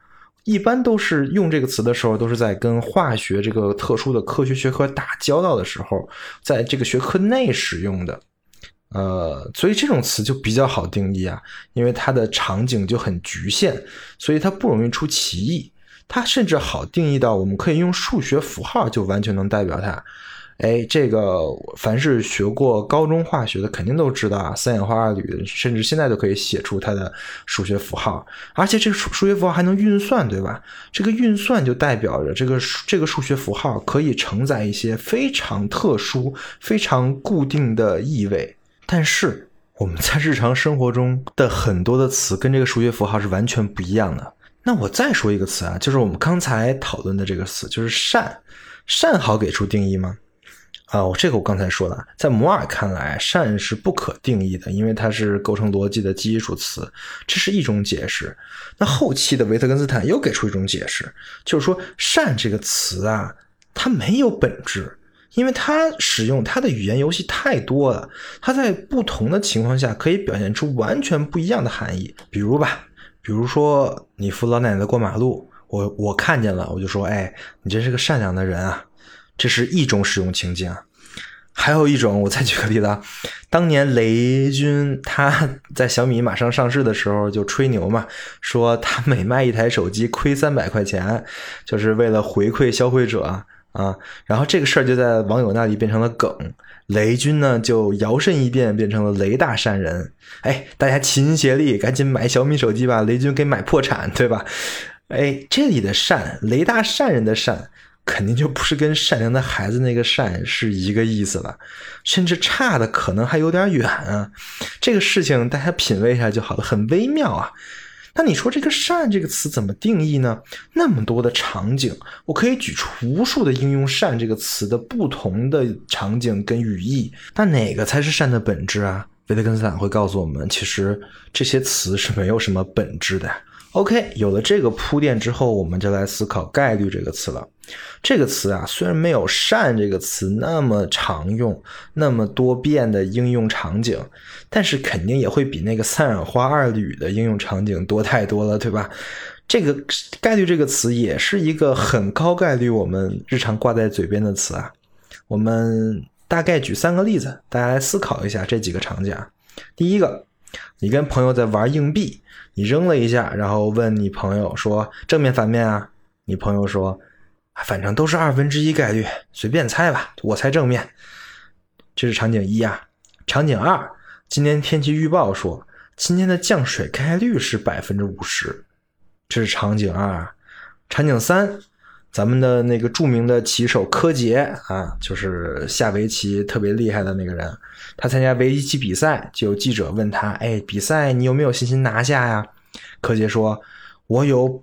一般都是用这个词的时候都是在跟化学这个特殊的科学学科打交道的时候，在这个学科内使用的。所以这种词就比较好定义啊，因为它的场景就很局限，所以它不容易出歧义。它甚至好定义到我们可以用数学符号就完全能代表它。这个凡是学过高中化学的肯定都知道啊，三氧化二铝甚至现在都可以写出它的数学符号，而且这个数学符号还能运算，对吧？这个运算就代表着这个数学符号可以承载一些非常特殊非常固定的意味。但是我们在日常生活中的很多的词跟这个数学符号是完全不一样的。那我再说一个词啊，就是我们刚才讨论的这个词，就是善。善好给出定义吗？这个我刚才说了，在摩尔看来，善是不可定义的，因为它是构成逻辑的基础词，这是一种解释。那后期的维特根斯坦又给出一种解释，就是说善这个词啊，它没有本质，因为它使用它的语言游戏太多了，它在不同的情况下可以表现出完全不一样的含义。比如说你扶老奶奶过马路，我看见了，我就说你真是个善良的人啊，这是一种使用情境啊。还有一种，我再举个例子啊，当年雷军他在小米马上上市的时候就吹牛嘛，说他每卖一台手机亏300块钱，就是为了回馈消费者啊。然后这个事儿就在网友那里变成了梗，雷军呢就摇身一变变成了雷大善人，大家齐心协力赶紧买小米手机吧，雷军给买破产，对吧？这里的善，雷大善人的善肯定就不是跟善良的孩子那个善是一个意思了，甚至差的可能还有点远啊。这个事情大家品味一下就好了，很微妙啊。那你说这个善这个词怎么定义呢？那么多的场景，我可以举出无数的应用善这个词的不同的场景跟语义，那哪个才是善的本质啊？维特根斯坦会告诉我们，其实这些词是没有什么本质的。OK， 有了这个铺垫之后，我们就来思考概率这个词了。这个词啊，虽然没有善这个词那么常用，那么多变的应用场景，但是肯定也会比那个三氧化二铝的应用场景多太多了，对吧？这个概率这个词也是一个很高概率我们日常挂在嘴边的词啊。我们大概举3个例子，大家来思考一下这几个场景啊。第一个，你跟朋友在玩硬币，你扔了一下，然后问你朋友说正面反面啊？你朋友说反正都是1/2概率，随便猜吧，我猜正面。这是场景1啊。场景2，今天天气预报说今天的降水概率是50%，这是场景2啊。场景3，咱们的那个著名的棋手柯洁啊，就是下围棋特别厉害的那个人，他参加围棋比赛，就有记者问他，比赛你有没有信心拿下呀？柯洁说，我有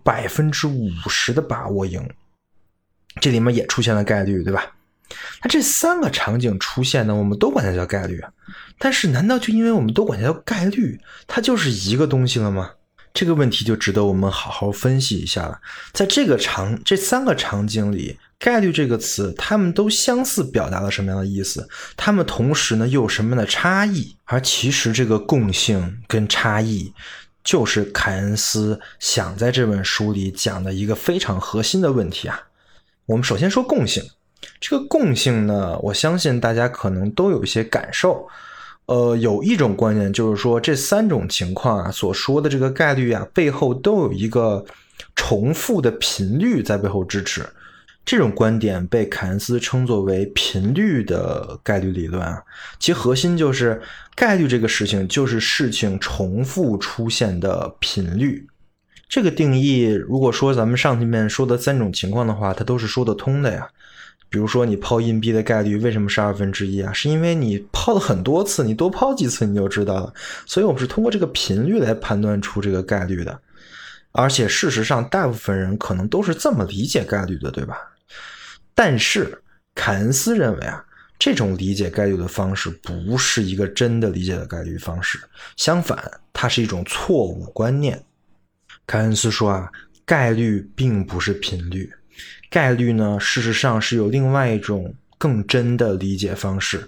50%的把握赢。这里面也出现了概率，对吧？那这3个场景出现呢，我们都管它叫概率，但是难道就因为我们都管它叫概率，它就是一个东西了吗？这个问题就值得我们好好分析一下了。在这3个场景里，概率这个词它们都相似表达了什么样的意思，它们同时呢又有什么样的差异，而其实这个共性跟差异就是凯恩斯想在这本书里讲的一个非常核心的问题啊。我们首先说共性，这个共性呢，我相信大家可能都有一些感受。有一种观念就是说，这3种情况啊所说的这个概率啊，背后都有一个重复的频率在背后支持。这种观点被凯恩斯称作为频率的概率理论啊，其核心就是概率这个事情就是事情重复出现的频率。这个定义如果说咱们上面说的3种情况的话，它都是说得通的呀。比如说你抛硬币的概率为什么是1/2啊？是因为你抛了很多次，你多抛几次你就知道了。所以我们是通过这个频率来判断出这个概率的。而且事实上大部分人可能都是这么理解概率的，对吧？但是凯恩斯认为啊，这种理解概率的方式不是一个真的理解的概率方式，相反它是一种错误观念。凯恩斯说啊，概率并不是频率，概率呢事实上是有另外一种更真的理解方式，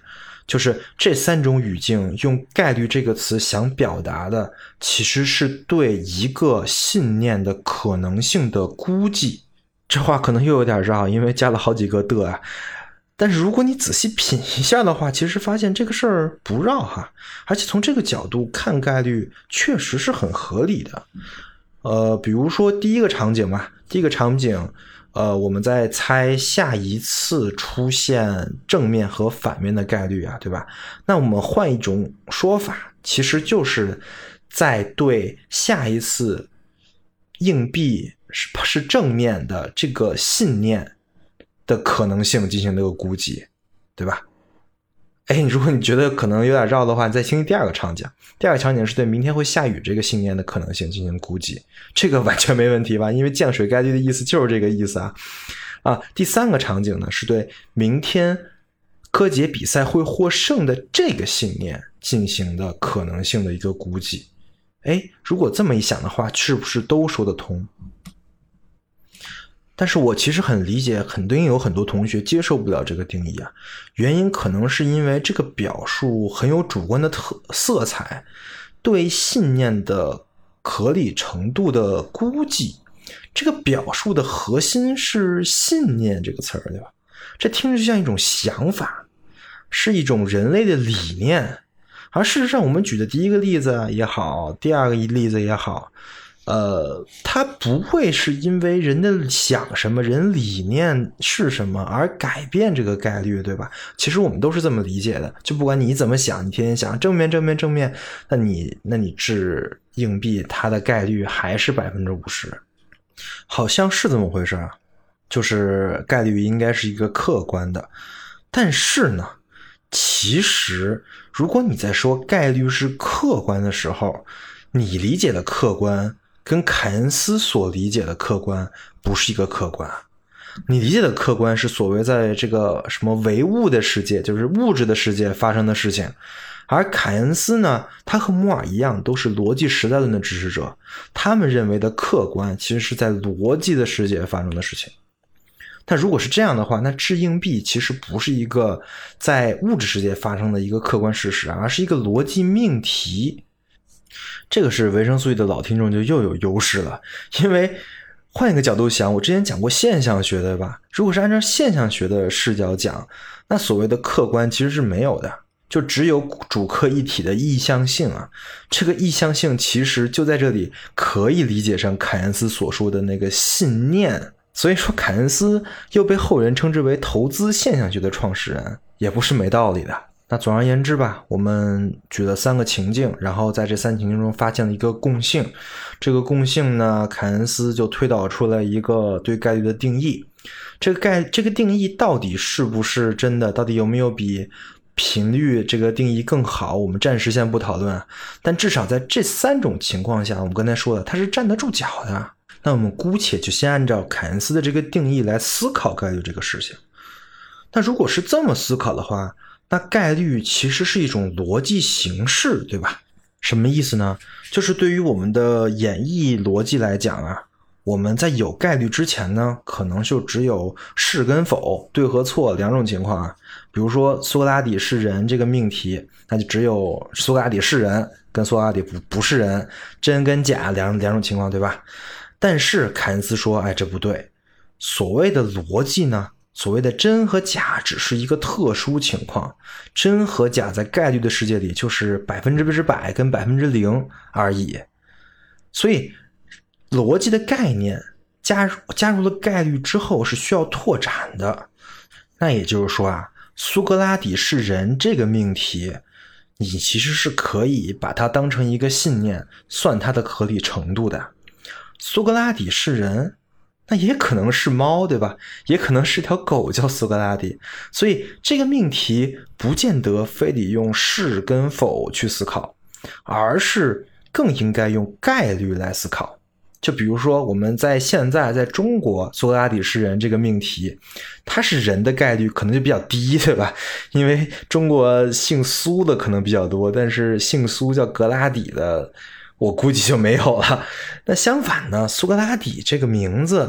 就是这3种语境用概率这个词想表达的其实是对一个信念的可能性的估计。这话可能又有点绕，因为加了好几个的啊。但是如果你仔细品一下的话，其实发现这个事儿不绕哈，而且从这个角度看概率确实是很合理的。比如说第一个场景吧，第一个场景我们在猜下一次出现正面和反面的概率啊，对吧？那我们换一种说法，其实就是在对下一次硬币是正面的这个信念的可能性进行了一个估计，对吧？如果你觉得可能有点绕的话，你再听第二个场景。第二个场景是对明天会下雨这个信念的可能性进行估计，这个完全没问题吧？因为降水概率的意思就是这个意思啊。第三个场景呢，是对明天柯洁比赛会获胜的这个信念进行的可能性的一个估计。如果这么一想的话，是不是都说得通？但是我其实很理解，肯定有很多同学接受不了这个定义啊。原因可能是因为这个表述很有主观的色彩，对信念的合理程度的估计。这个表述的核心是信念这个词儿，对吧？这听着就像一种想法，是一种人类的理念。而事实上，我们举的第一个例子也好，第二个例子也好，它不会是因为人的想什么，人理念是什么而改变这个概率，对吧？其实我们都是这么理解的，就不管你怎么想，你天天想正面，那你掷硬币，它的概率还是50%，好像是这么回事啊。就是概率应该是一个客观的，但是呢，其实如果你在说概率是客观的时候，你理解的客观跟凯恩斯所理解的客观不是一个客观。你理解的客观是所谓在这个什么唯物的世界，就是物质的世界发生的事情，而凯恩斯呢，他和摩尔一样都是逻辑实在论的支持者，他们认为的客观其实是在逻辑的世界发生的事情。但如果是这样的话，那掷硬币其实不是一个在物质世界发生的一个客观事实，而是一个逻辑命题。这个是维生素 E 的老听众就又有优势了，因为换一个角度想，我之前讲过现象学的吧，如果是按照现象学的视角讲，那所谓的客观其实是没有的，就只有主客一体的意向性啊。这个意向性其实就在这里可以理解成凯恩斯所说的那个信念。所以说凯恩斯又被后人称之为投资现象学的创始人，也不是没道理的。那总而言之吧，我们举了3个情境，然后在这3情境中发现了一个共性。这个共性呢，凯恩斯就推导出来一个对概率的定义。这个定义到底是不是真的，到底有没有比频率这个定义更好，我们暂时先不讨论。但至少在这3种情况下，我们刚才说的它是站得住脚的。那我们姑且就先按照凯恩斯的这个定义来思考概率这个事情。那如果是这么思考的话，那概率其实是一种逻辑形式，对吧？什么意思呢？就是对于我们的演绎逻辑来讲啊，我们在有概率之前呢，可能就只有是跟否，对和错2种情况啊。比如说苏格拉底是人这个命题，那就只有苏格拉底是人跟苏格拉底不是人，真跟假两种情况，对吧？但是凯恩斯说，这不对。所谓的逻辑呢，所谓的真和假只是一个特殊情况，真和假在概率的世界里就是100%跟0%而已。所以逻辑的概念加入了概率之后是需要拓展的。那也就是说啊，苏格拉底是人这个命题，你其实是可以把它当成一个信念，算它的合理程度的。苏格拉底是人，那也可能是猫，对吧？也可能是条狗叫苏格拉底。所以这个命题不见得非得用是跟否去思考，而是更应该用概率来思考。就比如说我们现在在中国，苏格拉底是人这个命题，它是人的概率可能就比较低，对吧？因为中国姓苏的可能比较多，但是姓苏叫格拉底的我估计就没有了。那相反呢，苏格拉底这个名字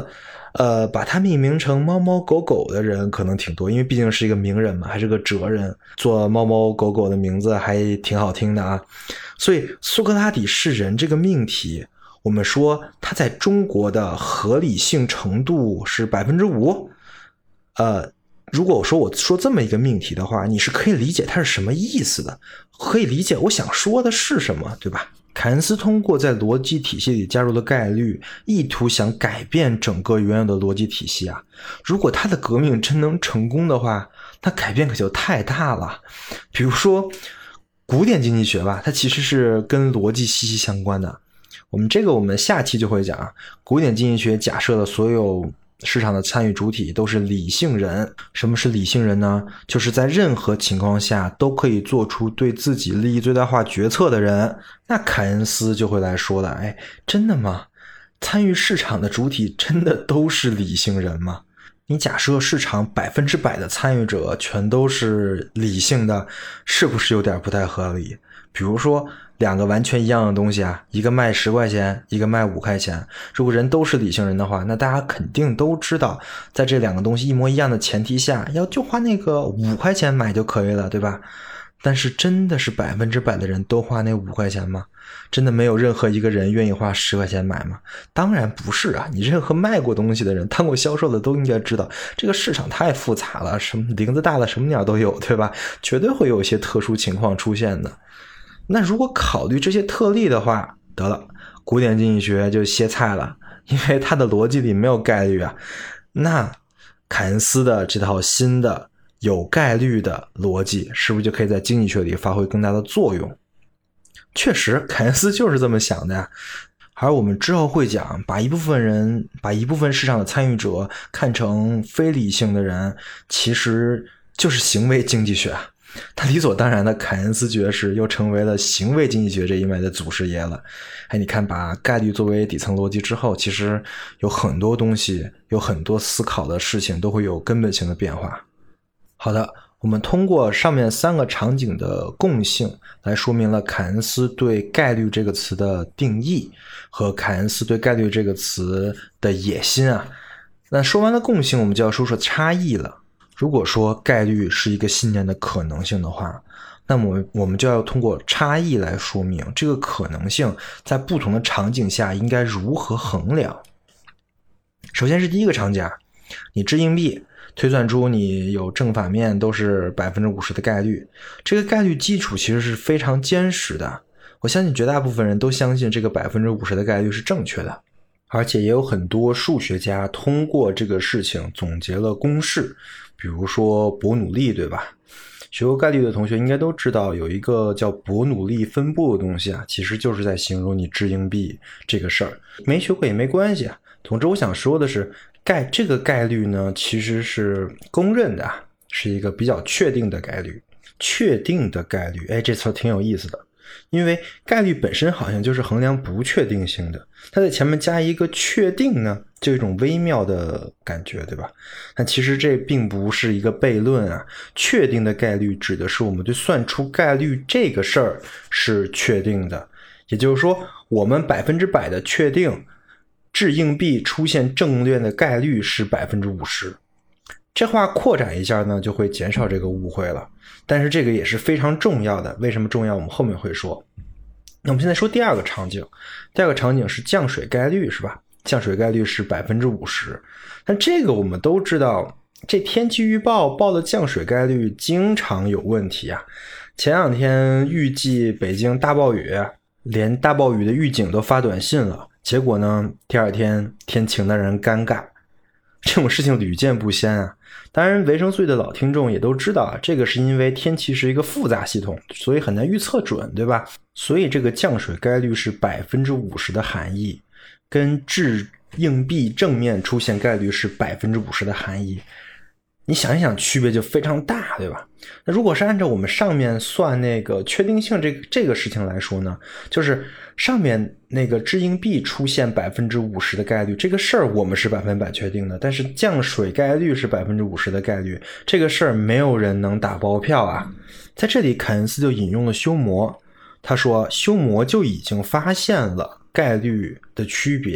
把它命名成猫猫狗狗的人可能挺多，因为毕竟是一个名人嘛，还是个哲人，做猫猫狗狗的名字还挺好听的啊。所以苏格拉底是人这个命题，我们说它在中国的合理性程度是 5%。如果我说这么一个命题的话，你是可以理解它是什么意思的，可以理解我想说的是什么，对吧？凯恩斯通过在逻辑体系里加入了概率，意图想改变整个原有的逻辑体系啊。如果他的革命真能成功的话，那改变可就太大了。比如说古典经济学吧，它其实是跟逻辑息息相关的。我们下期就会讲，古典经济学假设了所有市场的参与主体都是理性人。什么是理性人呢？就是在任何情况下都可以做出对自己利益最大化决策的人。那凯恩斯就会来说了，真的吗？参与市场的主体真的都是理性人吗？你假设市场100%的参与者全都是理性的，是不是有点不太合理？比如说两个完全一样的东西啊，一个卖10块钱，一个卖5块钱。如果人都是理性人的话，那大家肯定都知道，在这两个东西一模一样的前提下，就花那个5块钱买就可以了，对吧？但是真的是100%的人都花那5块钱吗？真的没有任何一个人愿意花10块钱买吗？当然不是啊！你任何卖过东西的人，当过销售的都应该知道，这个市场太复杂了，什么林子大了什么鸟都有，对吧？绝对会有一些特殊情况出现的。那如果考虑这些特例的话，得了，古典经济学就歇菜了，因为它的逻辑里没有概率啊。那凯恩斯的这套新的有概率的逻辑，是不是就可以在经济学里发挥更大的作用？确实，凯恩斯就是这么想的呀。而我们之后会讲，把一部分市场的参与者看成非理性的人，其实就是行为经济学。他理所当然的，凯恩斯爵士又成为了行为经济学这一脉的祖师爷了。你看，把概率作为底层逻辑之后，其实有很多东西，有很多思考的事情都会有根本性的变化。好的，我们通过上面3个场景的共性来说明了凯恩斯对概率这个词的定义和凯恩斯对概率这个词的野心啊。那说完了共性，我们就要说说差异了。如果说概率是一个信念的可能性的话，那么我们就要通过差异来说明这个可能性在不同的场景下应该如何衡量。首先是第一个场景，你掷硬币推算出你有正反面都是 50% 的概率，这个概率基础其实是非常坚实的，我相信绝大部分人都相信这个 50% 的概率是正确的。而且也有很多数学家通过这个事情总结了公式，比如说伯努利，对吧？学过概率的同学应该都知道，有一个叫伯努利分布的东西啊，其实就是在形容你掷硬币这个事儿。没学过也没关系啊。总之我想说的是，这个概率呢，其实是公认的，是一个比较确定的概率。确定的概率，这词挺有意思的。因为概率本身好像就是衡量不确定性的，它在前面加一个确定呢，就有一种微妙的感觉，对吧？但其实这并不是一个悖论啊。确定的概率指的是我们对算出概率这个事儿是确定的，也就是说，我们100%的确定掷硬币出现正面的概率是 50%。这话扩展一下呢，就会减少这个误会了。但是这个也是非常重要的，为什么重要我们后面会说。那我们现在说第二个场景，第二个场景是降水概率，是吧？降水概率是 50%。但这个我们都知道，这天气预报报的降水概率经常有问题啊。前2天预计北京大暴雨，连大暴雨的预警都发短信了，结果呢，第2天天晴的人尴尬。这种事情屡见不鲜啊。当然维生素 E 的老听众也都知道啊，这个是因为天气是一个复杂系统，所以很难预测准，对吧？所以这个降水概率是 50% 的含义，跟掷硬币正面出现概率是 50% 的含义。你想一想，区别就非常大，对吧？那如果是按照我们上面算那个确定性这个事情来说呢，就是上面那个掷硬币出现 50% 的概率，这个事儿我们是100%确定的，但是降水概率是 50% 的概率，这个事儿没有人能打包票啊。在这里凯恩斯就引用了休谟，他说休谟就已经发现了概率的区别，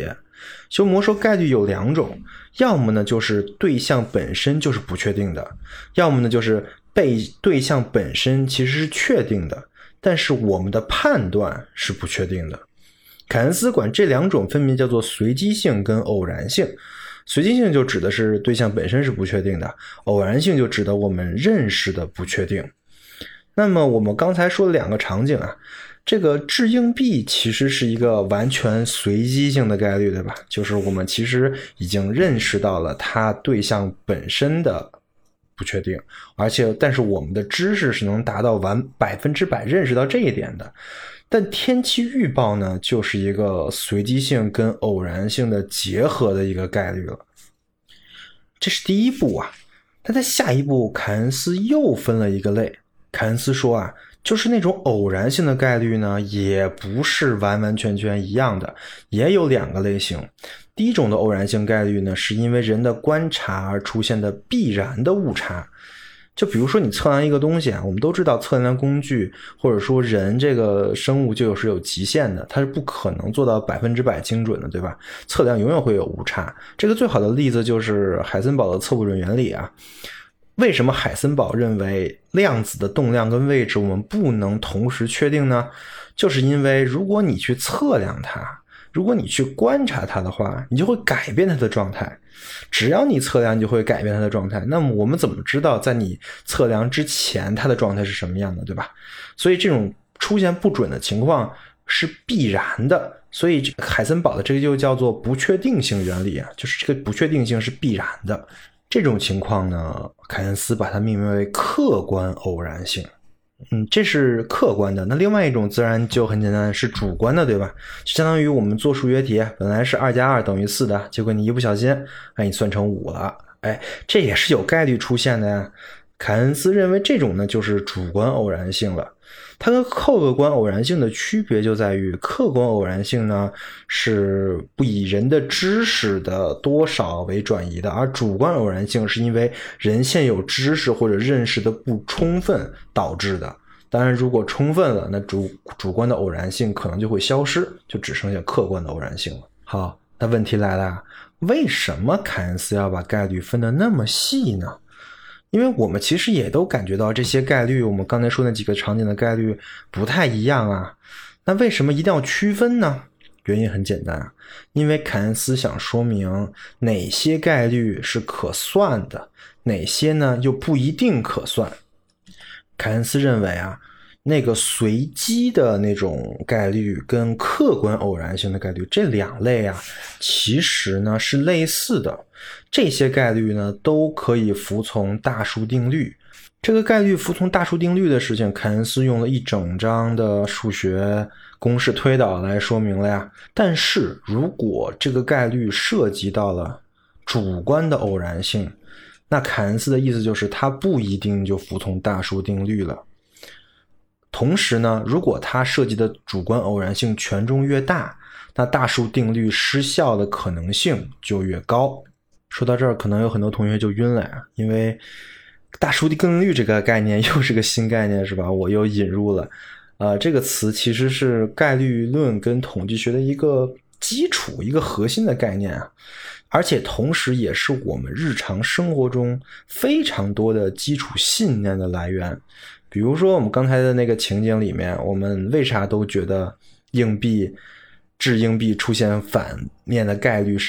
修魔兽概率有2种，要么呢就是对象本身就是不确定的，要么呢就是被对象本身其实是确定的，但是我们的判断是不确定的。凯恩斯管这2种分别叫做随机性跟偶然性。随机性就指的是对象本身是不确定的，偶然性就指的我们认识的不确定。那么我们刚才说的2个场景啊，这个掷硬币其实是一个完全随机性的概率，对吧？就是我们其实已经认识到了它对象本身的不确定，但是我们的知识是能达到100%认识到这一点的。但天气预报呢，就是一个随机性跟偶然性的结合的一个概率了。这是第一步啊。但在下一步，凯恩斯又分了一个类。凯恩斯说啊，就是那种偶然性的概率呢，也不是完完全全一样的，也有2个类型。第一种的偶然性概率呢，是因为人的观察而出现的必然的误差。就比如说你测量一个东西啊，我们都知道测量工具或者说人这个生物就是有极限的，它是不可能做到100%精准的，对吧？测量永远会有误差。这个最好的例子就是海森堡的测不准原理啊。为什么海森堡认为量子的动量跟位置我们不能同时确定呢？就是因为如果你去测量它，如果你去观察它的话，你就会改变它的状态。只要你测量，你就会改变它的状态。那么我们怎么知道在你测量之前它的状态是什么样的，对吧？所以这种出现不准的情况是必然的。所以海森堡的这个就叫做不确定性原理啊，就是这个不确定性是必然的。这种情况呢，凯恩斯把它命名为客观偶然性。这是客观的。那另外一种自然就很简单，是主观的，对吧？就相当于我们做数学题，本来是2加2等于4的，结果你一不小心你算成5了，这也是有概率出现的呀。凯恩斯认为这种呢就是主观偶然性了。它跟客观偶然性的区别就在于，客观偶然性呢是不以人的知识的多少为转移的，而主观偶然性是因为人现有知识或者认识的不充分导致的。当然如果充分了，那主观的偶然性可能就会消失，就只剩下客观的偶然性了。好，那问题来了，为什么凯恩斯要把概率分得那么细呢？因为我们其实也都感觉到这些概率，我们刚才说那几个场景的概率不太一样啊。那为什么一定要区分呢？原因很简单啊，因为凯恩斯想说明哪些概率是可算的，哪些呢又不一定可算。凯恩斯认为啊，那个随机的那种概率跟客观偶然性的概率，这2类啊，其实呢是类似的。这些概率呢都可以服从大数定律。这个概率服从大数定律的事情，凯恩斯用了一整章的数学公式推导来说明了呀。但是如果这个概率涉及到了主观的偶然性，那凯恩斯的意思就是它不一定就服从大数定律了。同时呢，如果它涉及的主观偶然性权重越大，那大数定律失效的可能性就越高。说到这儿，可能有很多同学就晕了呀，因为大数定律这个概念又是个新概念，是吧？我又引入了这个词其实是概率论跟统计学的一个基础，一个核心的概念啊，而且同时也是我们日常生活中非常多的基础信念的来源。比如说我们刚才的那个情景里面，我们为啥都觉得掷硬币出现反面的概率是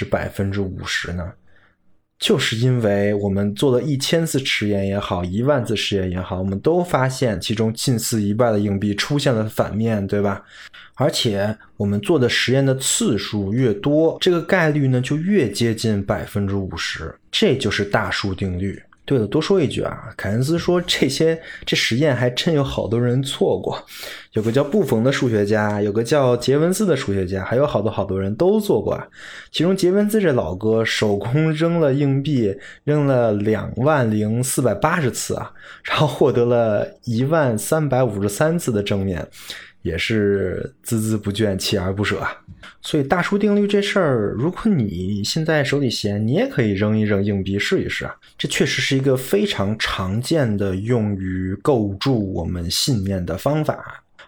50%呢？就是因为我们做了1000次实验也好，10000次实验也好，我们都发现其中近似一半的硬币出现了反面，对吧？而且我们做的实验的次数越多，这个概率呢就越接近50%，这就是大数定律。对了，多说一句啊，凯恩斯说这实验还真有好多人做过，有个叫布冯的数学家，有个叫杰文斯的数学家，还有好多人都做过啊。其中杰文斯这老哥手工扔了硬币，扔了20480次啊，然后获得了10353次的正面，也是孜孜不倦，锲而不舍啊。所以大数定律这事儿，如果你现在手里闲，你也可以扔一扔硬币试一试啊。这确实是一个非常常见的用于构筑我们信念的方法。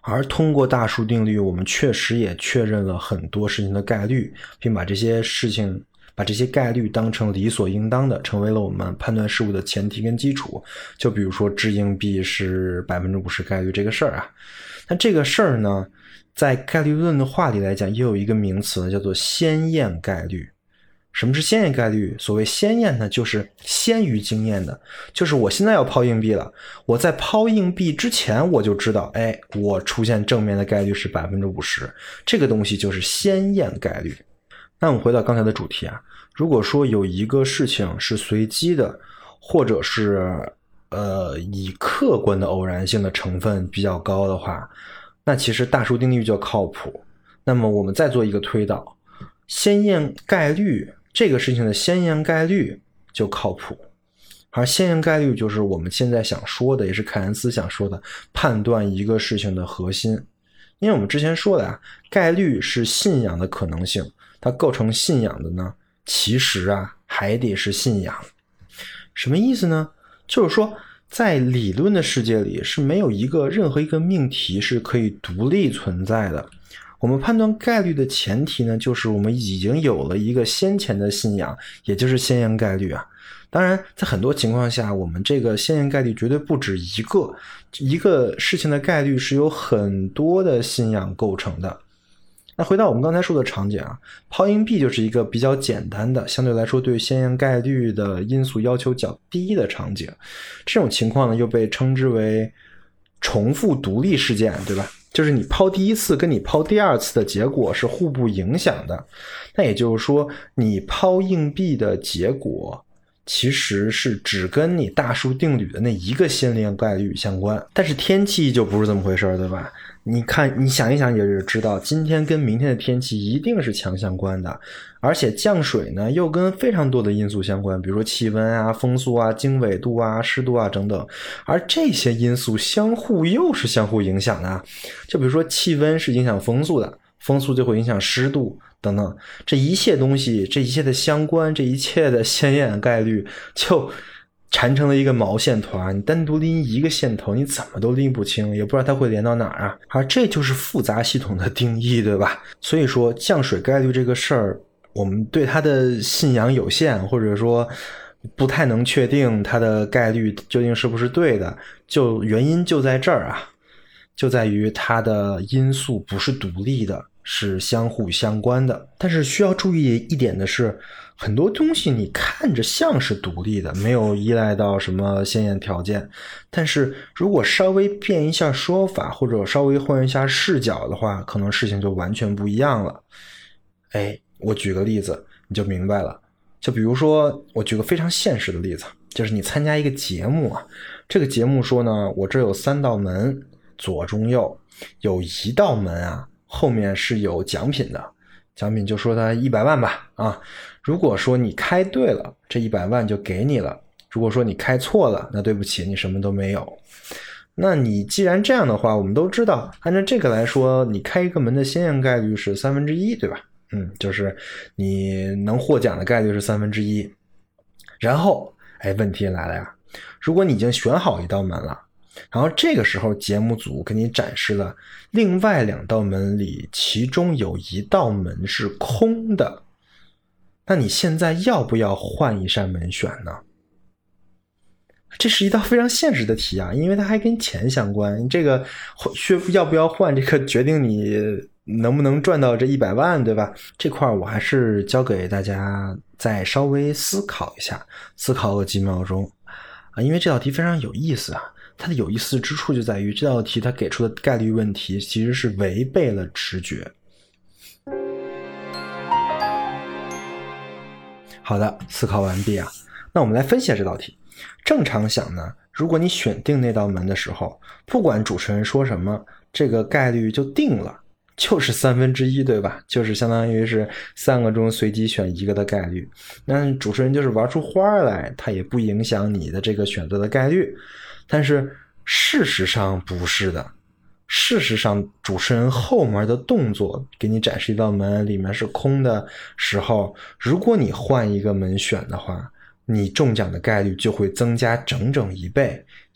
而通过大数定律，我们确实也确认了很多事情的概率，并把这些概率当成理所应当的，成为了我们判断事物的前提跟基础。就比如说掷硬币是 50% 概率这个事儿啊。那这个事儿呢，在概率论的话里来讲，也有一个名词叫做先验概率。什么是先验概率？所谓先验呢，就是先于经验的，就是我现在要抛硬币了，我在抛硬币之前我就知道，我出现正面的概率是 50%， 这个东西就是先验概率。那我们回到刚才的主题啊，如果说有一个事情是随机的，或者是以客观的偶然性的成分比较高的话，那其实大数定律就靠谱。那么我们再做一个推导，先验概率这个事情的先验概率就靠谱，而先验概率就是我们现在想说的，也是凯恩斯想说的，判断一个事情的核心。因为我们之前说的啊，概率是信仰的可能性，它构成信仰的呢，其实啊还得是信仰。什么意思呢？就是说在理论的世界里是没有任何一个命题是可以独立存在的。我们判断概率的前提呢，就是我们已经有了一个先前的信仰，也就是先验概率啊。当然在很多情况下，我们这个先验概率绝对不止一个事情的概率是由很多的信仰构成的。那回到我们刚才说的场景啊，抛硬币就是一个比较简单的，相对来说对先验概率的因素要求较低的场景。这种情况呢，又被称之为重复独立事件，对吧？就是你抛第一次跟你抛第二次的结果是互不影响的。那也就是说，你抛硬币的结果其实是只跟你大数定律的那一个先验概率相关。但是天气就不是这么回事，对吧？你想一想也是知道，今天跟明天的天气一定是强相关的，而且降水呢又跟非常多的因素相关，比如说气温啊、风速啊、经纬度啊、湿度啊等等，而这些因素又是相互影响的。就比如说气温是影响风速的，风速就会影响湿度等等，这一切东西，这一切的相关，这一切的先验概率就缠成了一个毛线团，你单独拎一个线头你怎么都拎不清，也不知道它会连到哪儿啊。而这就是复杂系统的定义，对吧？所以说降水概率这个事儿，我们对它的信仰有限，或者说不太能确定它的概率究竟是不是对的，原因就在这儿啊，就在于它的因素不是独立的，是相互相关的。但是需要注意一点的是，很多东西你看着像是独立的，没有依赖到什么先验条件，但是如果稍微变一下说法，或者稍微换一下视角的话，可能事情就完全不一样了。我举个例子你就明白了。就比如说我举个非常现实的例子，就是你参加一个节目啊，这个节目说呢，我这有3道门，左中右，有一道门啊后面是有奖品的，奖品就说它100万吧啊。如果说你开对了，这100万就给你了；如果说你开错了，那对不起，你什么都没有。那你既然这样的话，我们都知道，按照这个来说，你开一个门的先验概率是1/3，对吧？就是你能获奖的概率是1/3。然后，问题来了呀，如果你已经选好一道门了，然后这个时候节目组给你展示了另外2道门里，其中有一道门是空的，那你现在要不要换一扇门选呢？这是一道非常现实的题啊，因为它还跟钱相关。这个要不要换，这个决定你能不能赚到这100万，对吧？这块我还是交给大家再稍微思考一下，思考个几秒钟啊，因为这道题非常有意思啊。它的有意思之处就在于这道题它给出的概率问题其实是违背了直觉。好的，思考完毕啊。那我们来分析这道题。正常想呢，如果你选定那道门的时候，不管主持人说什么，这个概率就定了，就是1/3，对吧？就是相当于是3个中随机选一个的概率。那主持人就是玩出花来，它也不影响你的这个选择的概率。但是事实上不是的，事实上主持人后面的动作给你展示一道门里面是空的时候，如果你换一个门选的话，你中奖的概率就会增加整整1倍，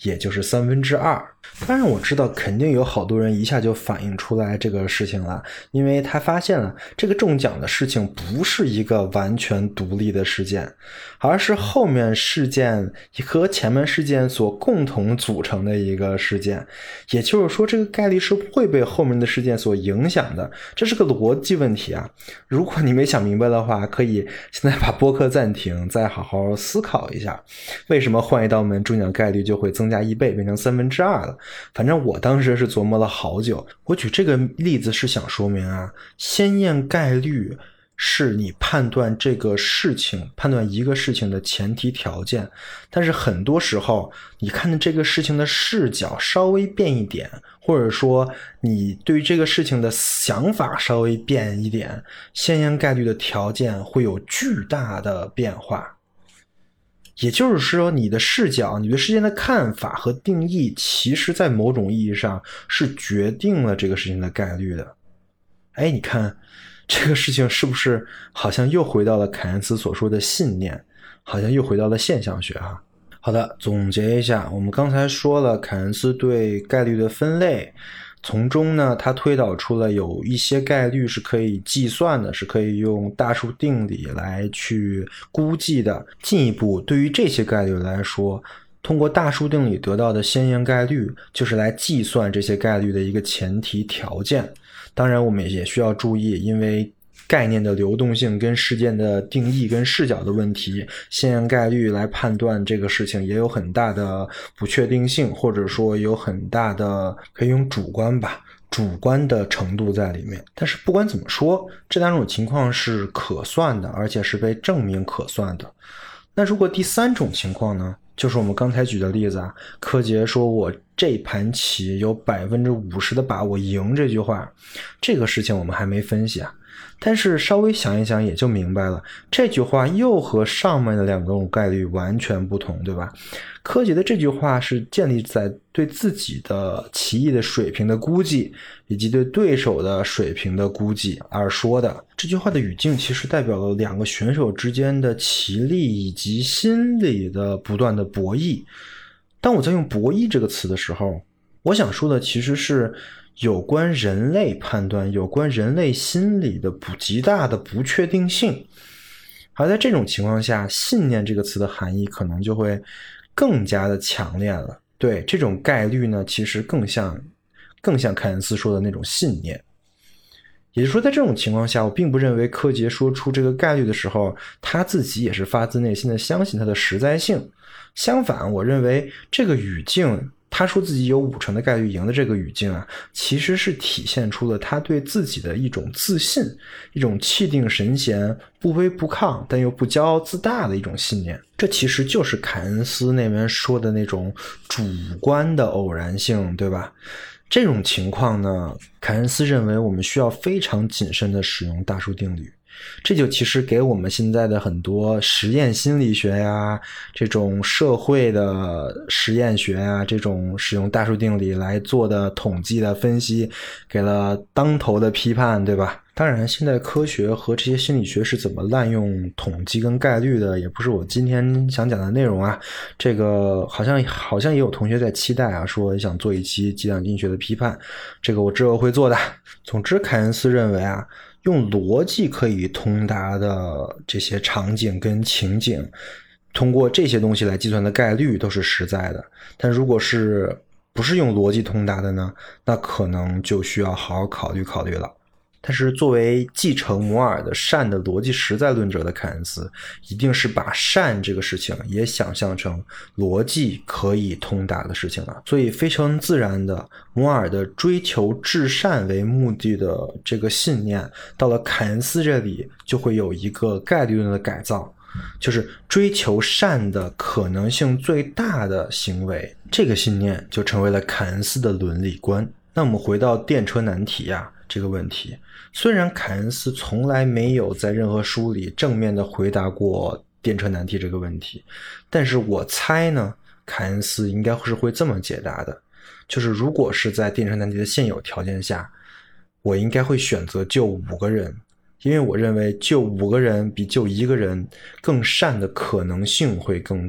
也就是2/3。当然我知道肯定有好多人一下就反映出来这个事情了，因为他发现了这个中奖的事情不是一个完全独立的事件，而是后面事件和前面事件所共同组成的一个事件，也就是说这个概率是会被后面的事件所影响的，这是个逻辑问题啊。如果你没想明白的话，可以现在把播客暂停，再好好思考一下，为什么换一道门中奖概率就会增加1倍，变成2/3了。反正我当时是琢磨了好久。我举这个例子是想说明啊，先验概率是你判断这个事情、判断一个事情的前提条件，但是很多时候你看的这个事情的视角稍微变一点，或者说你对于这个事情的想法稍微变一点，先验概率的条件会有巨大的变化。也就是说，你的视角、你对事件的看法和定义，其实在某种意义上是决定了这个事情的概率的。哎，你看这个事情是不是好像又回到了凯恩斯所说的信念，好像又回到了现象学哈。好的，总结一下，我们刚才说了凯恩斯对概率的分类，从中呢他推导出了有一些概率是可以计算的，是可以用大数定理来去估计的。进一步对于这些概率来说，通过大数定理得到的先验概率就是来计算这些概率的一个前提条件。当然我们也需要注意，因为概念的流动性跟事件的定义跟视角的问题，先验概率来判断这个事情也有很大的不确定性，或者说有很大的可以用主观的程度在里面。但是不管怎么说，这两种情况是可算的，而且是被证明可算的。那如果第三种情况呢，就是我们刚才举的例子啊，柯洁说我这盘棋有50%的把握赢这句话，这个事情我们还没分析啊，但是稍微想一想也就明白了，这句话又和上面的两种概率完全不同，对吧？柯洁的这句话是建立在对自己的棋艺的水平的估计，以及对对手的水平的估计而说的。这句话的语境其实代表了两个选手之间的棋力以及心理的不断的博弈。当我在用博弈这个词的时候，我想说的其实是有关人类判断、有关人类心理的极大的不确定性。而在这种情况下，信念这个词的含义可能就会更加的强烈了。对，这种概率呢，其实更像凯恩斯说的那种信念。也就是说，在这种情况下，我并不认为柯洁说出这个概率的时候，他自己也是发自内心的相信它的实在性。相反，我认为这个语境，他说自己有50%的概率赢的这个语境啊，其实是体现出了他对自己的一种自信，一种气定神闲、不卑不亢但又不骄傲自大的一种信念。这其实就是凯恩斯那边说的那种主观的偶然性，对吧？这种情况呢，凯恩斯认为我们需要非常谨慎地使用大数定律。这就其实给我们现在的很多实验心理学呀，这种社会的实验学呀，这种使用大数定理来做的统计的分析，给了当头的批判，对吧？当然，现代科学和这些心理学是怎么滥用统计跟概率的，也不是我今天想讲的内容啊。这个好像也有同学在期待啊，说想做一期计量经济学的批判，这个我之后会做的。总之，凯恩斯认为啊，用逻辑可以通达的这些场景跟情景，通过这些东西来计算的概率都是实在的。但如果是不是用逻辑通达的呢，那可能就需要好好考虑考虑了。但是作为继承摩尔的善的逻辑实在论者的凯恩斯，一定是把善这个事情也想象成逻辑可以通达的事情了。所以非常自然的，摩尔的追求至善为目的的这个信念，到了凯恩斯这里就会有一个概率论的改造，就是追求善的可能性最大的行为，这个信念就成为了凯恩斯的伦理观。那我们回到电车难题啊这个问题，虽然凯恩斯从来没有在任何书里正面的回答过电车难题这个问题，但是我猜呢，凯恩斯应该是会这么解答的，就是如果是在电车难题的现有条件下，我应该会选择救5个人，因为我认为救5个人比救1个人更善的可能性会更大。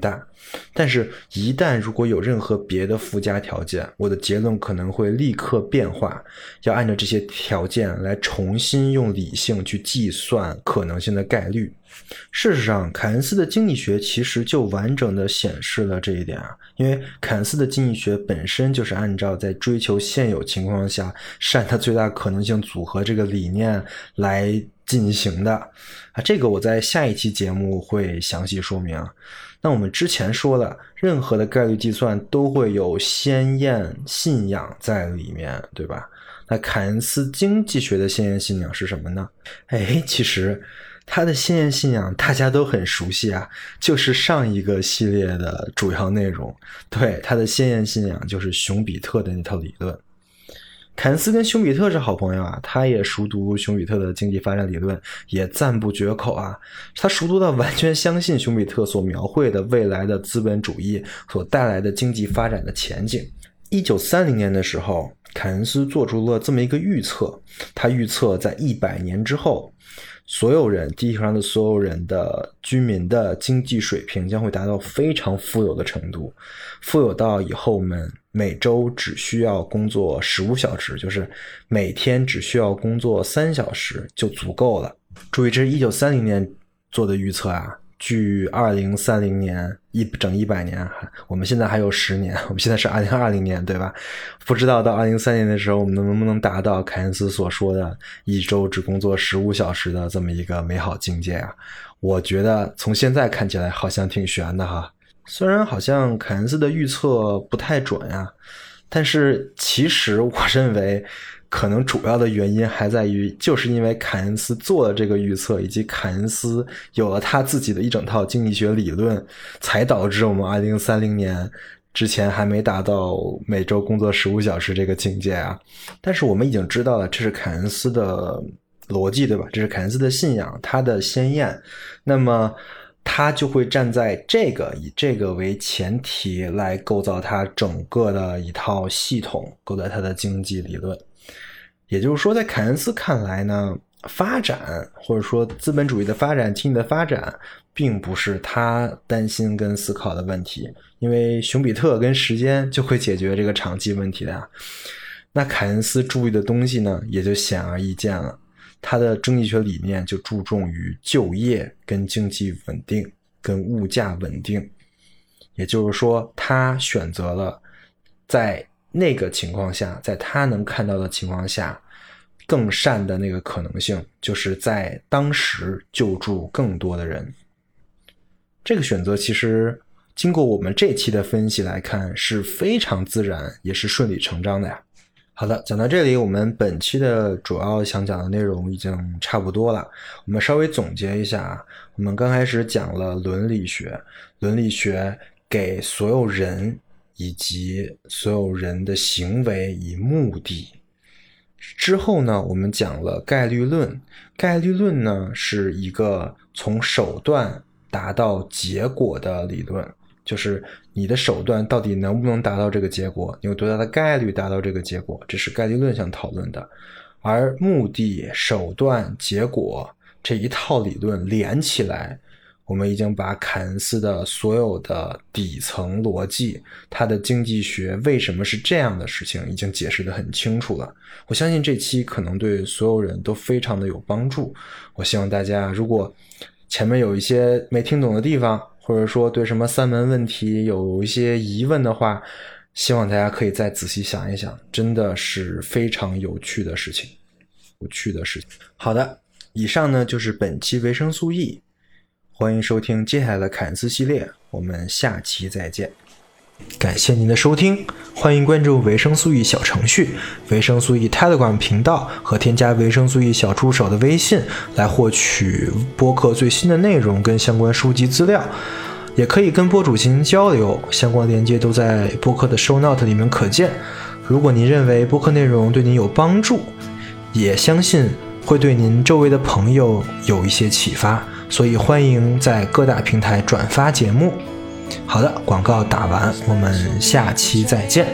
但是一旦如果有任何别的附加条件，我的结论可能会立刻变化，要按照这些条件来重新用理性去计算可能性的概率。事实上，凯恩斯的经济学其实就完整的显示了这一点啊，因为凯恩斯的经济学本身就是按照在追求现有情况下善的最大可能性组合这个理念来进行的啊，这个我在下一期节目会详细说明。那我们之前说了，任何的概率计算都会有先验信仰在里面，对吧？那凯恩斯经济学的先验信仰是什么呢？其实他的先验信仰大家都很熟悉啊，就是上一个系列的主要内容。对，他的先验信仰就是熊彼特的那套理论。凯恩斯跟熊彼特是好朋友啊，他也熟读熊彼特的经济发展理论，也赞不绝口啊。他熟读到完全相信熊彼特所描绘的未来的资本主义所带来的经济发展的前景。1930年的时候，凯恩斯做出了这么一个预测，他预测在100年之后，所有人，地球上的所有人的居民的经济水平将会达到非常富有的程度，富有到以后我们每周只需要工作15小时，就是每天只需要工作3小时就足够了。注意，这是1930年做的预测啊，距2030年整100年，我们现在还有10年，我们现在是2020年，对吧？不知道到2030年的时候，我们能不能达到凯恩斯所说的一周只工作15小时的这么一个美好境界啊？我觉得从现在看起来好像挺悬的哈。虽然好像凯恩斯的预测不太准啊，但是其实我认为可能主要的原因还在于，就是因为凯恩斯做了这个预测，以及凯恩斯有了他自己的一整套经济学理论，才导致我们2030年之前还没达到每周工作15小时这个境界啊。但是我们已经知道了，这是凯恩斯的逻辑，对吧？这是凯恩斯的信仰，他的先验。那么他就会站在以这个为前提来构造他整个的一套系统，构造他的经济理论。也就是说，在凯恩斯看来呢，发展或者说资本主义的发展、经济的发展并不是他担心跟思考的问题，因为熊彼特跟时间就会解决这个长期问题的。那凯恩斯注意的东西呢，也就显而易见了，他的经济学理念就注重于就业跟经济稳定跟物价稳定。也就是说，他选择了在那个情况下，在他能看到的情况下，更善的那个可能性就是在当时救助更多的人。这个选择其实经过我们这期的分析来看是非常自然也是顺理成章的呀。好的，讲到这里，我们本期的主要想讲的内容已经差不多了。我们稍微总结一下，我们刚开始讲了伦理学，伦理学给所有人以及所有人的行为以目的。之后呢，我们讲了概率论，概率论呢是一个从手段达到结果的理论，就是你的手段到底能不能达到这个结果，你有多大的概率达到这个结果，这是概率论想讨论的。而目的、手段、结果这一套理论连起来，我们已经把凯恩斯的所有的底层逻辑，他的经济学为什么是这样的事情已经解释得很清楚了。我相信这期可能对所有人都非常的有帮助。我希望大家如果前面有一些没听懂的地方，或者说对什么三门问题有一些疑问的话，希望大家可以再仔细想一想，真的是非常有趣的事情。好的，以上呢就是本期维生素 E， 欢迎收听接下来的凯恩斯系列，我们下期再见。感谢您的收听，欢迎关注维生素 E 小程序、维生素 E Telegram 频道和添加维生素 E 小助手的微信来获取播客最新的内容跟相关书籍资料，也可以跟播主进行交流，相关链接都在播客的 show note 里面可见。如果您认为播客内容对您有帮助，也相信会对您周围的朋友有一些启发，所以欢迎在各大平台转发节目。好的，广告打完，我们下期再见。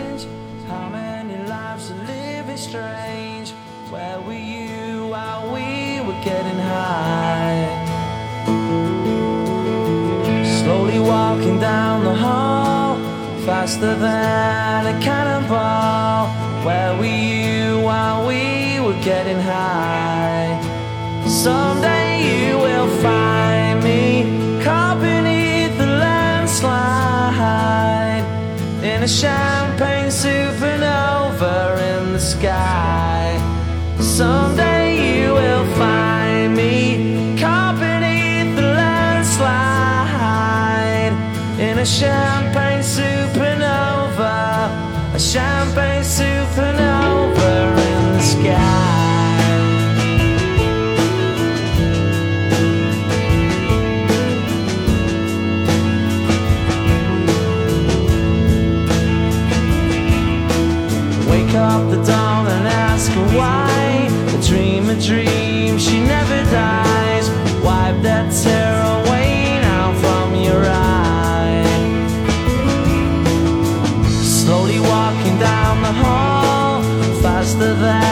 Slowly walking down the faster than a cannonball. Where were you while we were getting high? Someday you will find me caught beneath the landslide in a champagne supernova in the sky. Someday you will find me caught beneath the landslide in a champagne supernova, a champagne supernova in the sky. Wake up the dawn and ask her why. Dream a dream, she never dies. Wipe that tear away now from your eye. Slowly walking down the hall, faster than